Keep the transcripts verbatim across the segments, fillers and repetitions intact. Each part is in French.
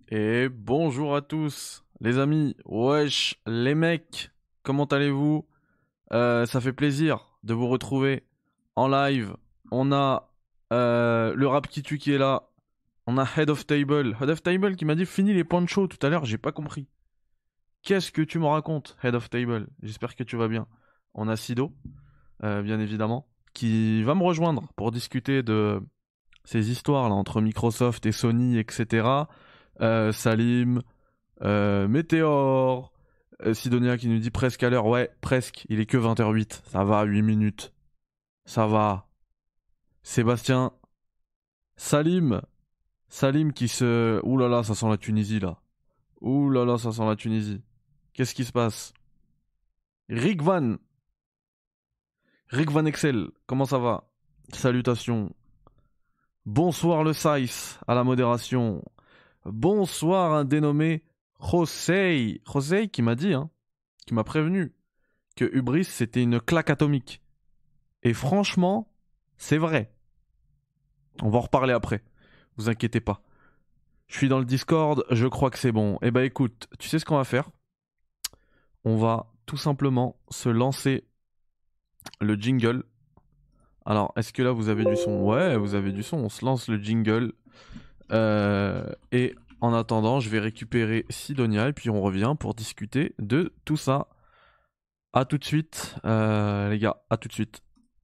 Et bonjour à tous, les amis, wesh, les mecs, comment allez-vous? Euh, Ça fait plaisir de vous retrouver en live. On a euh, le rap qui tue qui est là. On a Head of Table. Head of Table qui m'a dit fini les ponchos tout à l'heure, j'ai pas compris. Qu'est-ce que tu me racontes, Head of Table? J'espère que tu vas bien. On a Sido, euh, bien évidemment, qui va me rejoindre pour discuter de ces histoires là entre Microsoft et Sony, et cetera. Euh, Salim, Euh, Météor, euh, Sidonia qui nous dit presque à l'heure. Ouais, presque. Il est que vingt heures huit. Ça va, huit minutes. Ça va. Sébastien. Salim. Salim qui se... Ouh là là, ça sent la Tunisie là. Ouh là là, ça sent la Tunisie. Qu'est-ce qui se passe? Rick Van. Rick Van Excel. Comment ça va? Salutations. Bonsoir le Size à la modération. Bonsoir un dénommé José. José qui m'a dit, hein, qui m'a prévenu que Hubris c'était une claque atomique. Et franchement, c'est vrai. On va en reparler après. Vous inquiétez pas. Je suis dans le Discord, je crois que c'est bon. Eh ben écoute, tu sais ce qu'on va faire? On va tout simplement se lancer le jingle. Alors, est-ce que là vous avez du son? Ouais, vous avez du son. On se lance le jingle. Euh, et en attendant, je vais récupérer Sidonia et puis on revient pour discuter de tout ça. A tout de suite, euh, les gars. À tout de suite.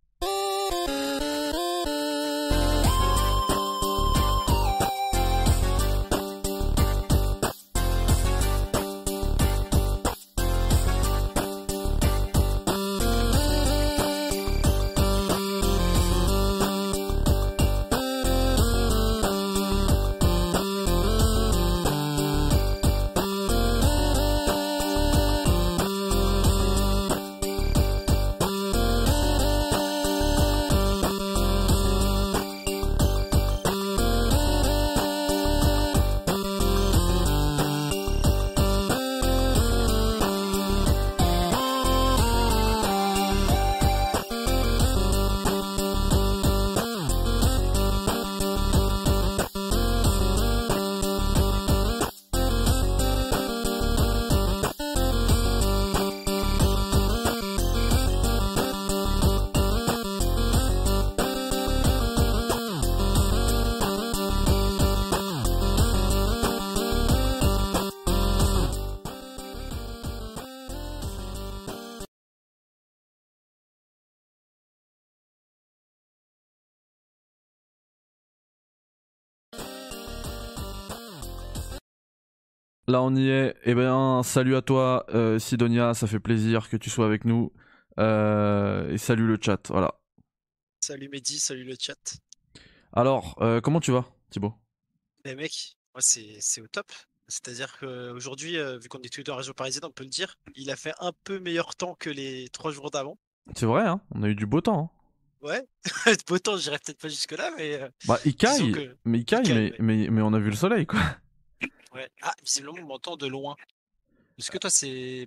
Là on y est. Eh bien, salut à toi, euh, Sidonia. Ça fait plaisir que tu sois avec nous. Euh, et salut le chat. Voilà. Salut Mehdi, salut le chat. Alors, euh, comment tu vas, Thibaut? Les mecs, moi c'est c'est au top. C'est-à-dire qu'aujourd'hui, euh, vu qu'on est tous les deux en région parisienne, on peut le dire, il a fait un peu meilleur temps que les trois jours d'avant. C'est vrai, hein? On a eu du beau temps, hein. Ouais, beau temps, j'irai peut-être pas jusque-là, mais euh, Bah, il disons caille, que mais il il caille, caille, mais, ouais. mais, mais on a vu le soleil, quoi. Ouais. Ah, visiblement, on m'entend de loin. Est-ce que toi c'est.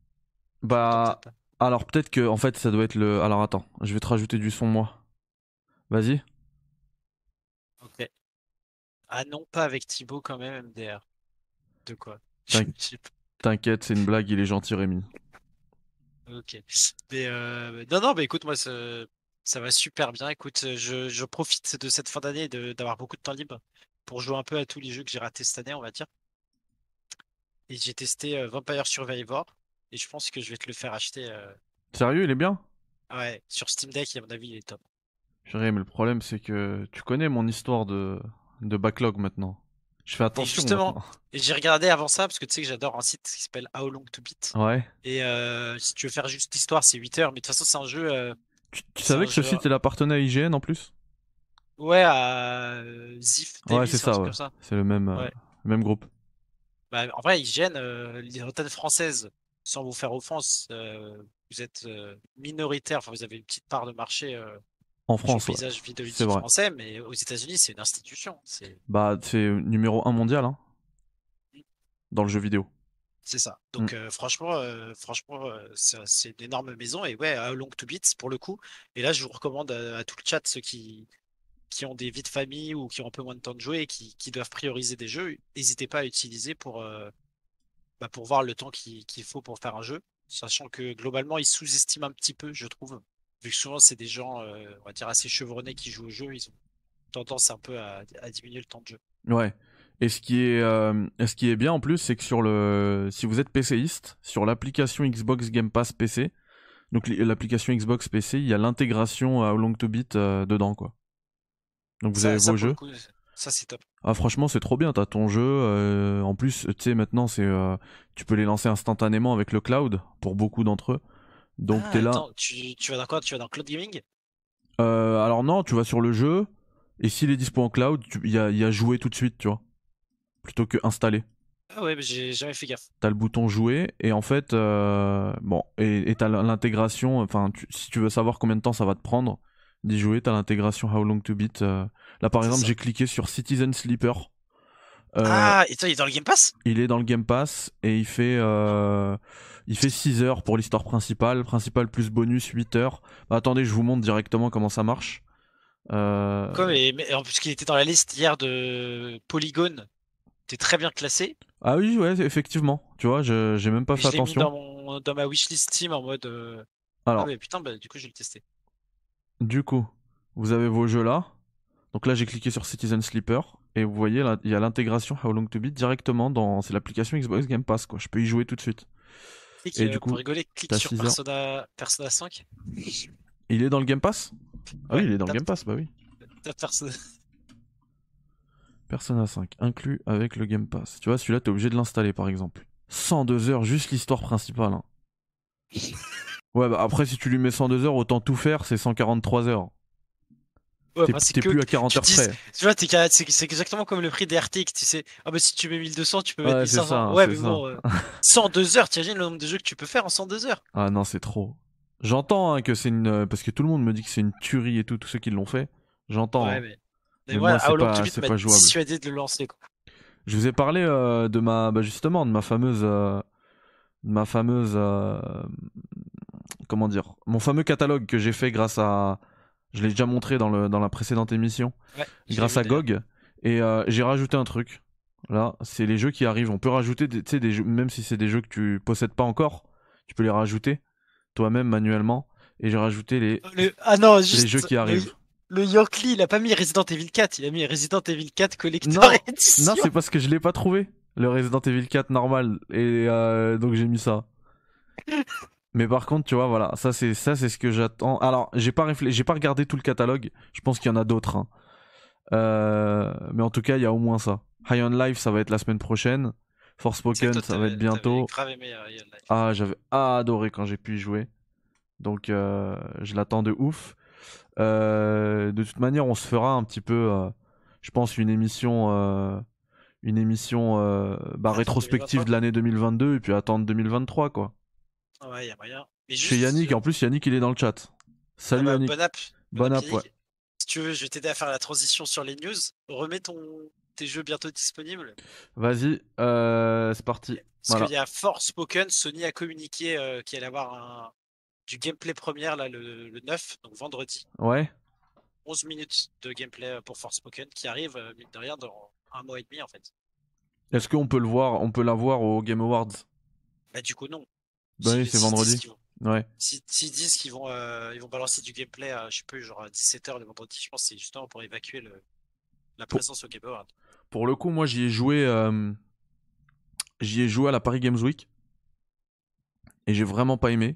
Tu m'entends peut-être Bah, pas. alors peut-être que, en fait, ça doit être le. Alors attends, je vais te rajouter du son, moi. Vas-y. Ok. Ah non, pas avec Thibaut quand même, M D R. De quoi? Je T'in- sais pas. T'inquiète, c'est une blague, il est gentil, Rémi. Ok. Mais euh, non, non, mais écoute, moi ça, ça va super bien. Écoute, je, je profite de cette fin d'année et de- d'avoir beaucoup de temps libre pour jouer un peu à tous les jeux que j'ai ratés cette année, on va dire. Et j'ai testé euh, Vampire Survivor et je pense que je vais te le faire acheter. euh, Sérieux, il est bien? Ouais, sur Steam Deck, à mon avis, il est top. Purée, mais le problème, c'est que tu connais mon histoire de, de backlog maintenant. Je fais Et attention justement, maintenant. j'ai regardé avant ça parce que tu sais que j'adore un site qui s'appelle How Long to Beat. Ouais. Et euh, si tu veux faire juste l'histoire, c'est huit heures. Mais de toute façon, c'est un jeu. euh, Tu, tu c'est savais un que ce jeu. site, il appartenait à I G N en plus? Ouais, à euh, Ziff Ouais, c'est Davis, un ça, truc ouais. comme ça. C'est le même, euh, Ouais. le même groupe. Bah, en vrai, ils gênent euh, les antennes françaises, sans vous faire offense. euh, vous êtes euh, minoritaire, enfin, vous avez une petite part de marché euh, En sur le France, ouais. paysage C'est vidéoludique vrai. français, mais aux États-Unis, c'est une institution. C'est Bah, c'est numéro un mondial, hein, dans le jeu vidéo. c'est ça. Mm. Donc, euh, franchement, euh, franchement, euh, c'est c'est une énorme maison. Et ouais, à Long to Beat pour le coup. Et là, je vous recommande à, à tout le chat, ceux qui, qui ont des vies de famille ou qui ont un peu moins de temps de jouer et qui, qui doivent prioriser des jeux, n'hésitez pas à utiliser pour, euh, bah, pour voir le temps qu'il qu'il faut pour faire un jeu, sachant que globalement, ils sous-estiment un petit peu, je trouve, vu que souvent, c'est des gens, euh, on va dire, assez chevronnés qui jouent au jeu, ils ont tendance un peu à, à diminuer le temps de jeu. Ouais. Et ce qui est, euh, et ce qui est bien en plus, c'est que sur le, si vous êtes PCiste, sur l'application Xbox Game Pass P C, donc li- l'application Xbox P C, il y a l'intégration à How Long to Beat euh, dedans, quoi. Donc vous avez Ça, ça vos pour le jeux. coup, ça, c'est top. Ah franchement c'est trop bien, t'as ton jeu. euh, en plus tu sais maintenant c'est, euh, tu peux les lancer instantanément avec le cloud pour beaucoup d'entre eux. Donc Ah, t'es là. attends, tu, tu vas dans quoi? Tu vas dans Cloud Gaming? Euh, alors non, tu vas sur le jeu et s'il est dispo en cloud, il y a, y a jouer tout de suite, tu vois, plutôt que installer. Ah ouais, mais j'ai jamais fait gaffe. T'as le bouton jouer et en fait euh, bon et et t'as l'intégration. Enfin tu- si tu veux savoir combien de temps ça va te prendre d'y jouer, t'as l'intégration How Long to Beat. euh. Là par C'est exemple ça. j'ai cliqué sur Citizen Sleeper. Euh, Ah, et toi, il est dans le Game Pass? Il est dans le Game Pass et il fait, euh, il fait six heures pour l'histoire principale. Principale plus bonus huit heures. Bah, attendez, je vous montre directement comment ça marche. Euh... Quoi, mais, mais en plus qu'il était dans la liste hier de Polygon, t'es très bien classé. Ah oui, ouais, effectivement. Tu vois, je, j'ai même pas Et fait je l'ai mis dans attention. mon dans ma wishlist Steam en mode euh, ah Alors, mais putain, bah du coup je vais le tester. du coup, vous avez vos jeux là. Donc là, j'ai cliqué sur Citizen Sleeper. Et vous voyez, là, il y a l'intégration How Long to Beat directement dans. C'est l'application Xbox Game Pass, quoi. Je peux y jouer tout de suite. Clique, Et du euh, pour coup, rigoler, clique t'as sur six heures. Persona Persona cinq. Il est dans le Game Pass? Ah oui, Ouais, il est dans le tape, Game Pass, bah oui. tape Persona. Persona cinq, inclus avec le Game Pass. Tu vois, celui-là, t'es obligé de l'installer, par exemple. cent deux heures, juste l'histoire principale. Hein. Ouais, bah après, si tu lui mets cent deux heures, autant tout faire, c'est cent quarante-trois heures. Ouais, T'es moi c'est t'es que plus à quarante tu heures dis, près. tu vois, t'es qu'à- c'est c'est exactement comme le prix des R T X, tu sais. Ah bah si tu mets mille deux cents, tu peux mettre Ouais, c'est ça, mille cinq cents. hein, Ouais, c'est mais ça. bon, euh, cent deux heures, t'imagines le nombre de jeux que tu peux faire en cent deux heures. Ah non, c'est trop. J'entends hein, que c'est une... euh, Parce que tout le monde me dit que c'est une tuerie et tout, tous ceux qui l'ont fait. J'entends, Ouais, hein. mais mais Mais moi, moi, c'est How Long to pas, Beat c'est m'a pas jouable. dissuadé de le lancer, quoi. Je vous ai parlé euh, de ma... Bah justement, de ma fameuse... euh, de ma fameuse... euh, Comment dire? Mon fameux catalogue que j'ai fait grâce à... Je l'ai déjà montré dans, le, dans la précédente émission. Ouais, je l'ai Grâce vu à d'ailleurs. G O G. Et euh, j'ai rajouté un truc. Là, c'est les jeux qui arrivent. On peut rajouter, des, tu sais, des jeux, même si c'est des jeux que tu possèdes pas encore, tu peux les rajouter toi-même manuellement. Et j'ai rajouté les, Le- Ah non, les jeux juste qui le, arrivent. le Yankee, il a pas mis Resident Evil quatre, il a mis Resident Evil quatre Collector Non, non, Edition. c'est parce que je l'ai pas trouvé. Le Resident Evil quatre normal. Et euh, donc j'ai mis ça. Mais par contre, tu vois, voilà, ça c'est ça c'est ce que j'attends. Alors, j'ai pas réfléchi, j'ai pas regardé tout le catalogue. Je pense qu'il y en a d'autres. Hein. Euh, mais en tout cas, il y a au moins ça. High on Life, ça va être la semaine prochaine. C'est que Forspoken, toi, ça va être t'avais t'avais bientôt. grave aimé euh, Real Life. Ah, j'avais adoré quand j'ai pu y jouer. Donc, euh, je l'attends de ouf. Euh, de toute manière, on se fera un petit peu, euh, je pense, une émission, euh, une émission euh, bah, Ah, pour rétrospective deux mille vingt-trois? de l'année deux mille vingt-deux et puis attendre deux mille vingt-trois, quoi. Ah ouais, y a moyen. Mais Chez juste, Yannick, euh, en plus, Yannick, il est dans le chat. ah Salut bah, Yannick. bonne app, bonne Bonne app app, ouais. Yannick. Si tu veux, je vais t'aider à faire la transition sur les news. Remets ton tes jeux bientôt disponibles. Vas-y, euh, c'est parti. Parce qu'il Voilà. y a Forspoken, Sony a communiqué euh, qu'il allait avoir un, du gameplay première là, le, le neuf, donc vendredi. Ouais. onze minutes de gameplay euh, pour Forspoken qui arrive, euh, mine de rien, dans un mois et demi en fait. Est-ce qu'on peut le voir, on peut la voir au Game Awards? Bah du coup non. Bah oui, S'ils c'est s'ils disent vendredi. qu'ils vont, Ouais. si- s'ils disent qu'ils vont, euh, ils vont balancer du gameplay à, je sais plus, genre à dix-sept heures le vendredi, je pense que c'est justement pour évacuer le, la Pour, présence au Game Award. pour le coup, moi, j'y ai joué, euh, j'y ai joué à la Paris Games Week et j'ai vraiment pas aimé.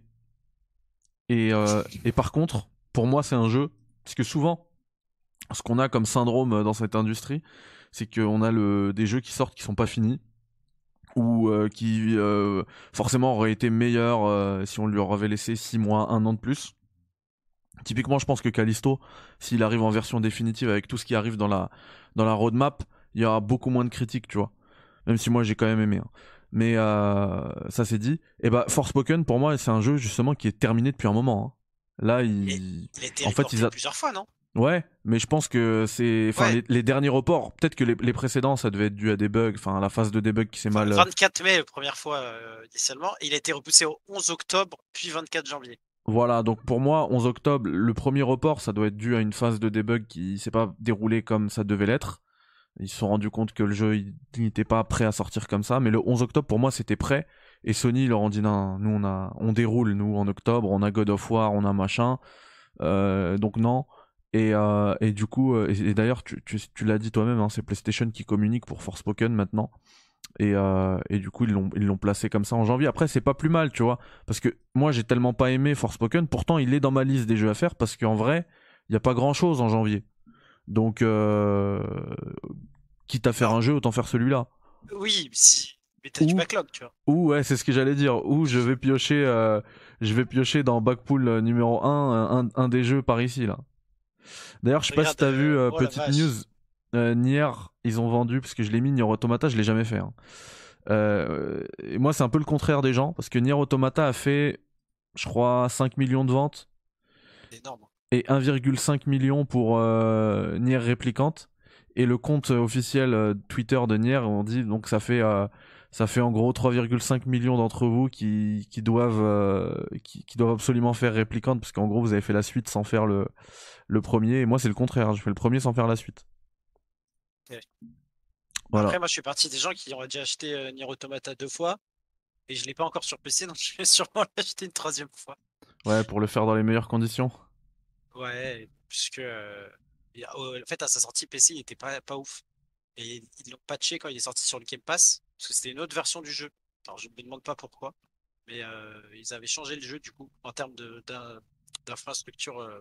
Et, euh, et par contre, pour moi, c'est un jeu parce que souvent, ce qu'on a comme syndrome dans cette industrie, c'est qu'on a le, des jeux qui sortent qui sont pas finis ou euh, qui euh, forcément auraient été meilleurs euh, si on lui aurait laissé six mois, un an de plus. Typiquement, je pense que Callisto, s'il arrive en version définitive avec tout ce qui arrive dans la, dans la roadmap, il y aura beaucoup moins de critiques, tu vois. Même si moi j'ai quand même aimé. Hein. Mais euh, ça c'est dit. Et bah, Forspoken, pour moi, c'est un jeu justement qui est terminé depuis un moment. Hein. Là, Et il... il a été en fait, reporté ils a... plusieurs fois, non? Ouais, mais je pense que c'est. Enfin, Ouais. les, les derniers reports, peut-être que les, les précédents, ça devait être dû à des bugs, enfin, à la phase de debug qui s'est Enfin, mal. vingt-quatre mai, la première fois euh, initialement, et il a été repoussé au onze octobre, puis vingt-quatre janvier. Voilà, donc pour moi, onze octobre, le premier report, ça doit être dû à une phase de debug qui s'est pas déroulée comme ça devait l'être. Ils se sont rendus compte que le jeu il n'était pas prêt à sortir comme ça, mais le onze octobre pour moi c'était prêt. Et Sony ils leur ont dit non, nous on a, on déroule nous en octobre, on a God of War, on a machin, euh, donc non. Et, euh, et du coup, euh, et, et d'ailleurs tu, tu, tu l'as dit toi-même, hein, c'est PlayStation qui communique pour Forspoken maintenant. Et, euh, et du coup, ils l'ont, ils l'ont placé comme ça en janvier. Après, c'est pas plus mal, tu vois. Parce que moi, j'ai tellement pas aimé Forspoken. Pourtant, il est dans ma liste des jeux à faire. Parce qu'en vrai, il n'y a pas grand chose en janvier. Donc, euh, quitte à faire Alors, un jeu, autant faire celui-là. oui, si... mais t'as du Ou, backlog, tu vois. ou ouais, c'est ce que j'allais dire. Ou je vais piocher, euh, je vais piocher dans Backpool euh, numéro un, un, un des jeux par ici, là. D'ailleurs, je sais pas si Regarde, t'as vu, euh, euh, oh la petite news. vache. Euh, Nier, ils ont vendu, parce que je l'ai mis, Nier Automata, je l'ai jamais fait. Hein. Euh, et moi, c'est un peu le contraire des gens, parce que Nier Automata a fait, je crois, cinq millions de ventes C'est énorme. et un virgule cinq million pour euh, Nier Replicant. Et le compte officiel euh, Twitter de Nier, on dit donc ça fait, euh, ça fait en gros trois virgule cinq millions d'entre vous qui, qui doivent, euh, qui, qui doivent absolument faire Replicant, parce qu'en gros vous avez fait la suite sans faire le, le premier. Et moi, c'est le contraire, hein, je fais le premier sans faire la suite. Ouais. Voilà. Après, moi, je suis parti des gens qui ont déjà acheté euh, Nier Automata deux fois et je l'ai pas encore sur P C, donc je vais sûrement l'acheter une troisième fois. Ouais, pour le faire dans les meilleures conditions. Ouais, puisque euh, il y a- euh, en fait, à sa sortie P C, il était pas, pas ouf. Et ils l'ont patché quand il est sorti sur le Game Pass, parce que c'était une autre version du jeu. Alors, je me demande pas pourquoi, mais euh, ils avaient changé le jeu du coup en termes de, d'in- d'infrastructure euh,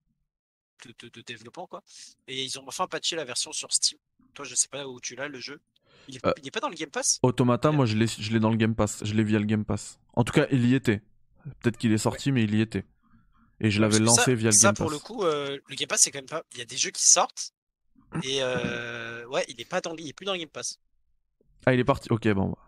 de, de- de développement, quoi. Et ils ont enfin patché la version sur Steam. Toi, je sais pas où tu l'as, le jeu. Il est, Euh, il est pas dans le Game Pass? Automata, Il a- moi, je l'ai, je l'ai dans le Game Pass. Je l'ai via le Game Pass. En tout cas, il y était. Peut-être qu'il est Ouais. sorti, mais il y était. Et je Ouais, l'avais parce que ça, lancé via le ça Game pour le Pass. coup, euh, le Game Pass, c'est quand même pas. Il y a des jeux qui sortent et euh, ouais, il est pas dans, le- il est plus dans le Game Pass. Ah, il est parti. Ok, bon. Bah.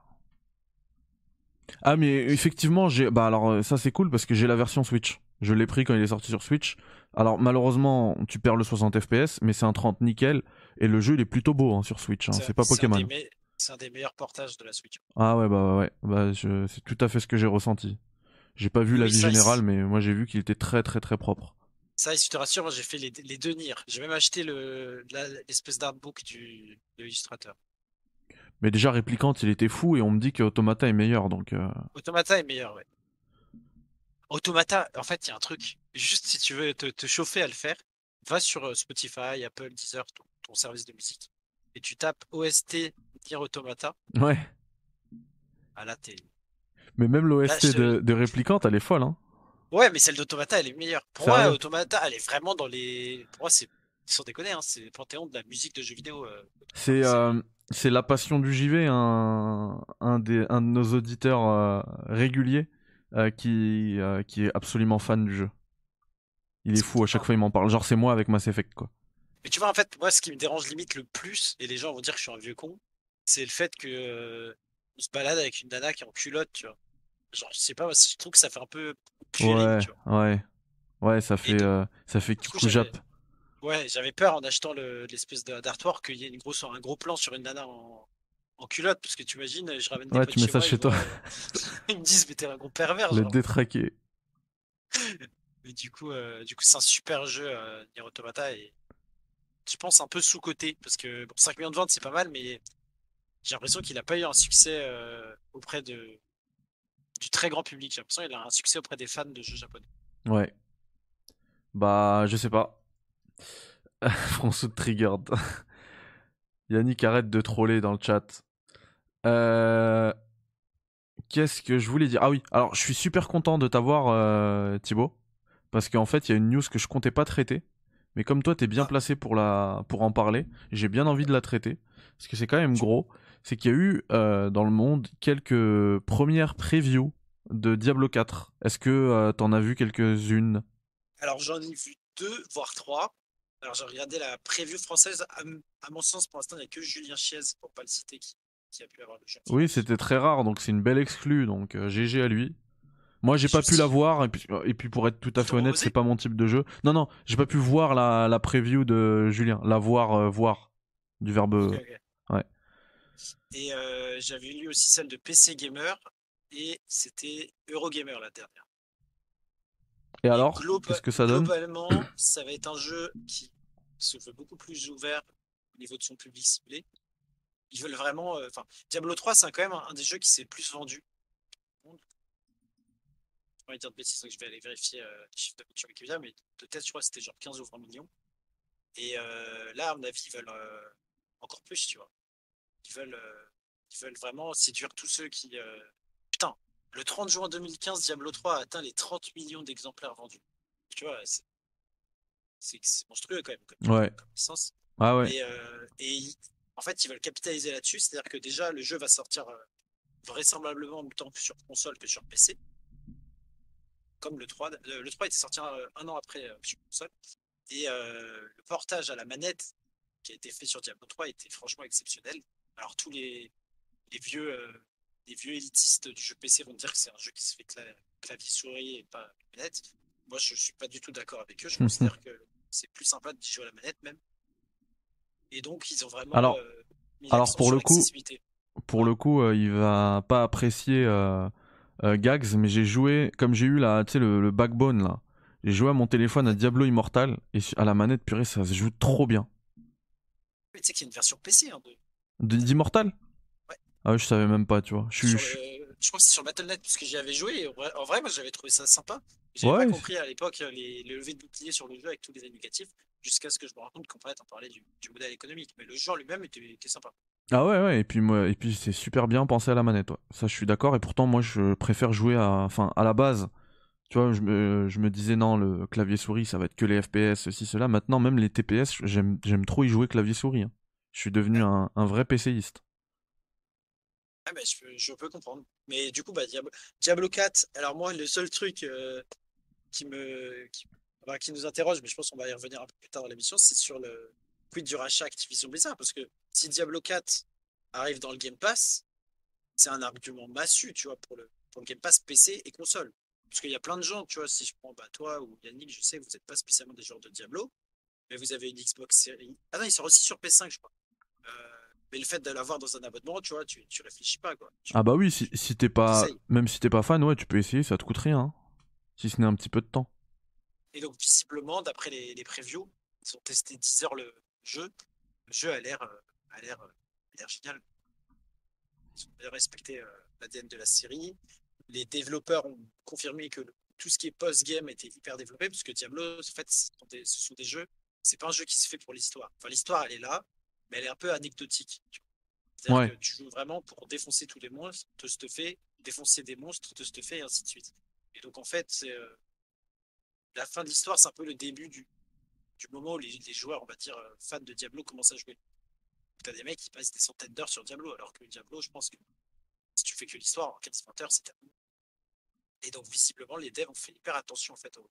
Ah, mais effectivement, j'ai. Bah, alors, euh, ça, c'est cool parce que j'ai la version Switch. Je l'ai pris quand il est sorti sur Switch. Alors, malheureusement, tu perds le soixante F P S, mais c'est un trente nickel. Et le jeu, il est plutôt beau hein, sur Switch. Hein. C'est C'est pas c'est un des Pokémon. me- c'est un des meilleurs portages de la Switch. Ah, ouais, bah, ouais. ouais. Bah, je... c'est tout à fait ce que j'ai ressenti. J'ai pas vu Oui, oui, l'avis ça, général, il- mais moi, j'ai vu qu'il était très, très, très propre. ça, je te rassure, moi j'ai fait les, les deux Nier. J'ai même acheté le, la- l'espèce d'artbook du, de l'illustrateur. Mais déjà, Replicant, il était fou et on me dit que Automata est meilleur, donc. euh, Automata est meilleur, ouais. Automata, en fait, il y a un truc. Juste si tu veux te, te chauffer à le faire, va sur euh, Spotify, Apple, Deezer, ton, ton service de musique, et tu tapes O S T Nier Automata. Ouais. Ah là, t'es. Mais même Là, l'O S T je te- de, de Replicant, elle est folle, hein. Ouais, mais celle d'Automata, elle est meilleure. Pour moi, Sérieux. Automata, elle est vraiment dans les. Pour moi, c'est. Sans déconner, hein, c'est le panthéon de la musique de jeux vidéo. euh, Automata. C'est C'est. euh, c'est la passion du J V, un, un, des, un de nos auditeurs euh, réguliers euh, qui, euh, qui est absolument fan du jeu. Il est Ça fou, à m'étonne chaque pas. fois il m'en parle. Genre c'est moi avec Mass Effect, quoi. Mais tu vois, en fait, moi, ce qui me dérange limite le plus, et les gens vont dire que je suis un vieux con, c'est le fait que euh, on se balade avec une nana qui est en culotte, tu vois. Genre, je sais pas, moi, je trouve que ça fait un peu puéril, Ouais, tu vois. ouais. Ouais, ça Et fait, donc, euh, ça fait du coup, Kikou j'avais, Jap. ouais, j'avais peur en achetant le- l'espèce de- d'artwork qu'il y ait une grosse, un gros plan sur une nana en, en culotte, parce que tu imagines, je ramène des Ouais, potes tu mets chez ça moi, ils chez toi. voient, euh, ils me disent, mais t'es un gros pervers, Le genre. détraqué. Mais du coup, euh, du coup, c'est un super jeu, euh, Nier Automata, et je pense un peu sous-coté, parce que bon, cinq millions de ventes, c'est pas mal, mais j'ai l'impression qu'il n'a pas eu un succès euh, auprès de, du très grand public. J'ai l'impression qu'il a un succès auprès des fans de jeux japonais. Ouais. Bah, je sais pas. François Triggered. Yannick, arrête de troller dans le chat. Euh, Qu'est-ce que je voulais dire? Ah oui, alors je suis super content de t'avoir, euh, Thibaut. Parce qu'en fait, il y a une news que je comptais pas traiter. Mais comme toi, t'es bien Ah, placé pour, la... pour en parler, j'ai bien envie de la traiter. Parce que c'est quand même tu- gros. C'est qu'il y a eu euh, dans le monde quelques premières previews de Diablo quatre. Est-ce que euh, t'en as vu quelques-unes? Alors j'en ai vu deux, voire trois. Alors j'ai regardé la preview française. À, m- à mon sens, pour l'instant, il n'y a que Julien Chiez, pour pas le citer, qui, qui a pu avoir le jeu en Oui, France. c'était très rare, donc c'est une belle exclue. Donc euh, G G à lui. Moi, j'ai Et pas je pu la aussi. voir, et puis, et puis pour être tout à Ils fait t'ont honnête, c'est proposé? pas mon type de jeu. Non, non, j'ai pas pu voir la, la preview de Julien. La voir, euh, voir. Du Ok, verbe. ok. Ouais. Et euh, j'avais lu aussi celle de P C Gamer. Et c'était Eurogamer la dernière. Et Et alors, globa- qu'est-ce que ça donne? globalement, ça va être un jeu qui se veut beaucoup plus ouvert au niveau de son public ciblé. Ils veulent vraiment. euh, Enfin, Diablo trois, c'est quand même un, un des jeux qui s'est le plus vendu. J'ai pas envie de dire de bêtises, donc je vais aller vérifier euh, les chiffres de vente sur Wikipédia, mais de tête, je crois que c'était genre quinze ou vingt millions. Et euh, là, à mon avis, ils veulent euh, encore plus, tu vois. Ils veulent, euh, ils veulent vraiment séduire tous ceux qui. euh, Putain, le trente juin deux mille quinze, Diablo trois a atteint les trente millions d'exemplaires vendus. Tu vois, c'est c'est- c'est monstrueux quand même comme, Ouais. comme licence. Ah ouais. Et, euh, et ils- en fait, ils veulent capitaliser là-dessus, c'est-à-dire que déjà, le jeu va sortir euh, vraisemblablement en même temps que sur console que sur P C, comme le trois. Le, le trois était sorti un, un an après euh, sur console. Et euh, le portage à la manette qui a été fait sur Diablo trois était franchement exceptionnel. Alors, tous les, les vieux, euh, les vieux élitistes du jeu P C vont dire que c'est un jeu qui se fait cla- clavier-souris et pas manette. Moi, je ne suis pas du tout d'accord avec eux. Je considère que c'est plus sympa de jouer à la manette même. Et donc, ils ont vraiment Alors, euh, mis alors l'accent pour sur le coup, l'accessibilité. pour Ouais. le coup, euh, il va pas apprécier euh, euh, Gags, mais j'ai joué, comme j'ai eu là, tu sais, le, le backbone là. J'ai joué à mon téléphone à Ouais. Diablo Immortal et à la manette, purée, ça se joue trop bien. Mais tu sais qu'il y a une version P C hein, de D- Diablo. D'Immortal? Ouais. Ah ouais, je savais même pas, tu vois. Je suis, Sur je suis- le... Je crois que c'est sur battle point net parce que j'y avais joué. Et en vrai, en vrai, moi, j'avais trouvé ça sympa. J'avais pas Ouais. c'est- compris à l'époque les, les levées de boucliers sur le jeu avec tous les éducatifs, jusqu'à ce que je me rende compte qu'en fait, on parlait du, du modèle économique. Mais le jeu en lui-même était, était sympa. Ah ouais, ouais. Et puis moi, et puis c'est super bien pensé à la manette. Ouais. Ça, je suis d'accord. Et pourtant, moi, je préfère jouer à, enfin, à la base. Tu vois, je me, je me disais non, le clavier souris, ça va être que les F P S, ceci, cela. Maintenant, même les T P S, j'aime, j'aime trop y jouer clavier souris. Hein. Je suis devenu Ouais. un, un vrai PCiste. Ah, bah, je, peux, je peux comprendre. Mais du coup, bah, Diablo, Diablo quatre, alors moi, le seul truc euh, qui me qui, enfin, qui nous interroge, mais je pense qu'on va y revenir un peu plus tard dans l'émission, c'est sur le quid du rachat Activision Blizzard. Parce que si Diablo quatre arrive dans le Game Pass, c'est un argument massu, tu vois, pour le, pour le Game Pass P C et console. Parce qu'il y a plein de gens, tu vois, si je prends bah, toi ou Yannick, je sais, vous n'êtes pas spécialement des joueurs de Diablo, mais vous avez une Xbox Series. Ah non, il sort aussi sur P S cinq, je crois. Euh, mais le fait de l'avoir dans un abonnement, tu vois, tu, tu réfléchis pas, quoi. Tu, Ah bah oui, si, tu, si t'es pas, t'essayes. même si t'es pas fan, ouais, tu peux essayer, ça te coûte rien. Hein. Si ce n'est un petit peu de temps. Et donc, visiblement, d'après les, les previews, ils ont testé dix heures le jeu. Le jeu a l'air euh, a l'air euh, a l'air génial. Ils ont bien respecté euh, l'A D N de la série. Les développeurs ont confirmé que le- tout ce qui est post-game était hyper développé, parce que Diablo, en fait, ce sont des, ce sont des jeux. C'est pas un jeu qui se fait pour l'histoire. Enfin, l'histoire, elle est là, mais elle est un peu anecdotique. tu vois. C'est-à-dire Ouais. que tu joues vraiment pour défoncer tous les monstres, te stuffer, défoncer des monstres, te stuffer, et ainsi de suite. Et donc, en fait, c'est euh, la fin de l'histoire, c'est un peu le début du, du moment où les, les joueurs, on va dire, euh, fans de Diablo commencent à jouer. T'as des mecs qui passent des centaines d'heures sur Diablo, alors que Diablo, je pense que si tu fais que l'histoire en quinze vingt heures, c'est terminé. Et donc, visiblement, les devs ont fait hyper attention en fait au,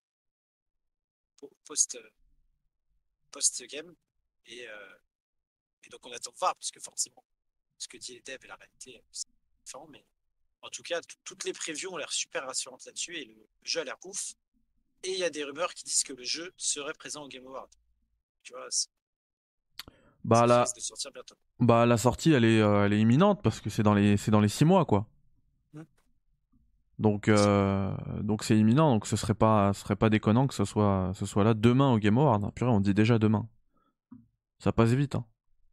au post, euh, post-game. Et, euh, et donc, on attend de voir, parce que forcément, ce que dit les devs et la réalité, c'est différent. Mais en tout cas, t- toutes les previews ont l'air super rassurantes là-dessus, et le, le jeu a l'air ouf. Et il y a des rumeurs qui disent que le jeu serait présent au Game Award. Tu vois, c'est c'est Bah qui la, risque de sortir bientôt. bah la sortie, elle est, euh, elle est imminente parce que c'est dans les, c'est dans les six mois, quoi. Hmm. Donc, Visiblement. euh, donc c'est imminent. Donc ce serait pas, ce serait pas déconnant que ce soit, ce soit là demain au Game Award. Purée, on dit déjà demain. Ça passe vite, hein.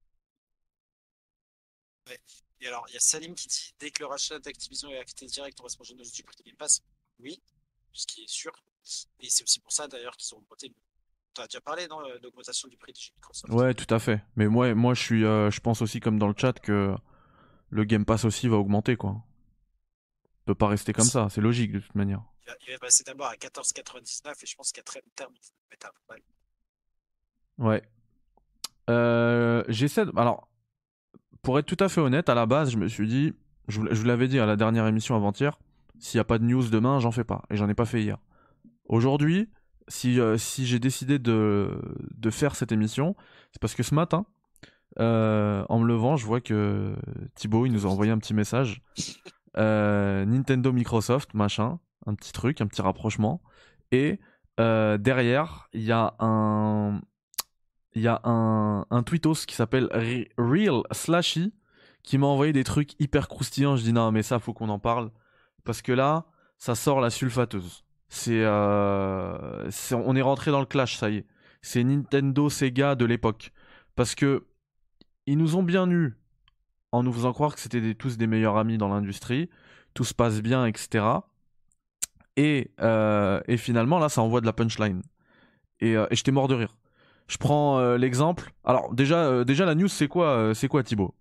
Ouais. Et alors, il y a Salim qui dit dès que le rachat d'Activision est acté direct, on va se manger nos du prix de Game Pass. Oui, ce qui est sûr. Et c'est aussi pour ça d'ailleurs qu'ils ont augmenté. Tu as déjà parlé non, euh, d'augmentation du prix de chez Microsoft. Ouais, tout à fait. Mais moi, moi, je suis, euh, je pense aussi comme dans le chat que le Game Pass aussi va augmenter, quoi. Il peut pas rester comme Aussi. ça. C'est logique de toute manière. Il va, il va passer d'abord à quatorze quatre-vingt-dix-neuf et je pense qu'à très long terme, il va mettre un peu mal. Ouais. Euh, j'essaie. De... Alors, pour être tout à fait honnête, à la base, je me suis dit, je vous, je vous l'avais dit à la dernière émission avant-hier, s'il n'y a pas de news demain, j'en fais pas. Et j'en ai pas fait hier. Aujourd'hui, si, euh, si j'ai décidé de, de faire cette émission, c'est parce que ce matin, euh, en me levant, je vois que Thibaut, il nous a envoyé un petit message. Euh, Nintendo, Microsoft, machin, un petit truc, un petit rapprochement. Et euh, derrière, il y a un, il y a un, un tweetos qui s'appelle Re- Real Slashy qui m'a envoyé des trucs hyper croustillants. Je dis non, mais ça, faut qu'on en parle. Parce que là, ça sort la sulfateuse. C'est, euh, c'est- on est rentré dans le clash, ça y est. C'est Nintendo, Sega de l'époque. Parce que ils nous ont bien eu en nous faisant croire que c'était des- tous des meilleurs amis dans l'industrie, tout se passe bien, et cetera. Et, euh, et finalement, là, ça envoie de la punchline. Et, euh, et j'étais mort de rire. Je prends euh, l'exemple. Alors déjà, euh, déjà la news, c'est quoi, euh, c'est quoi, Thibaut?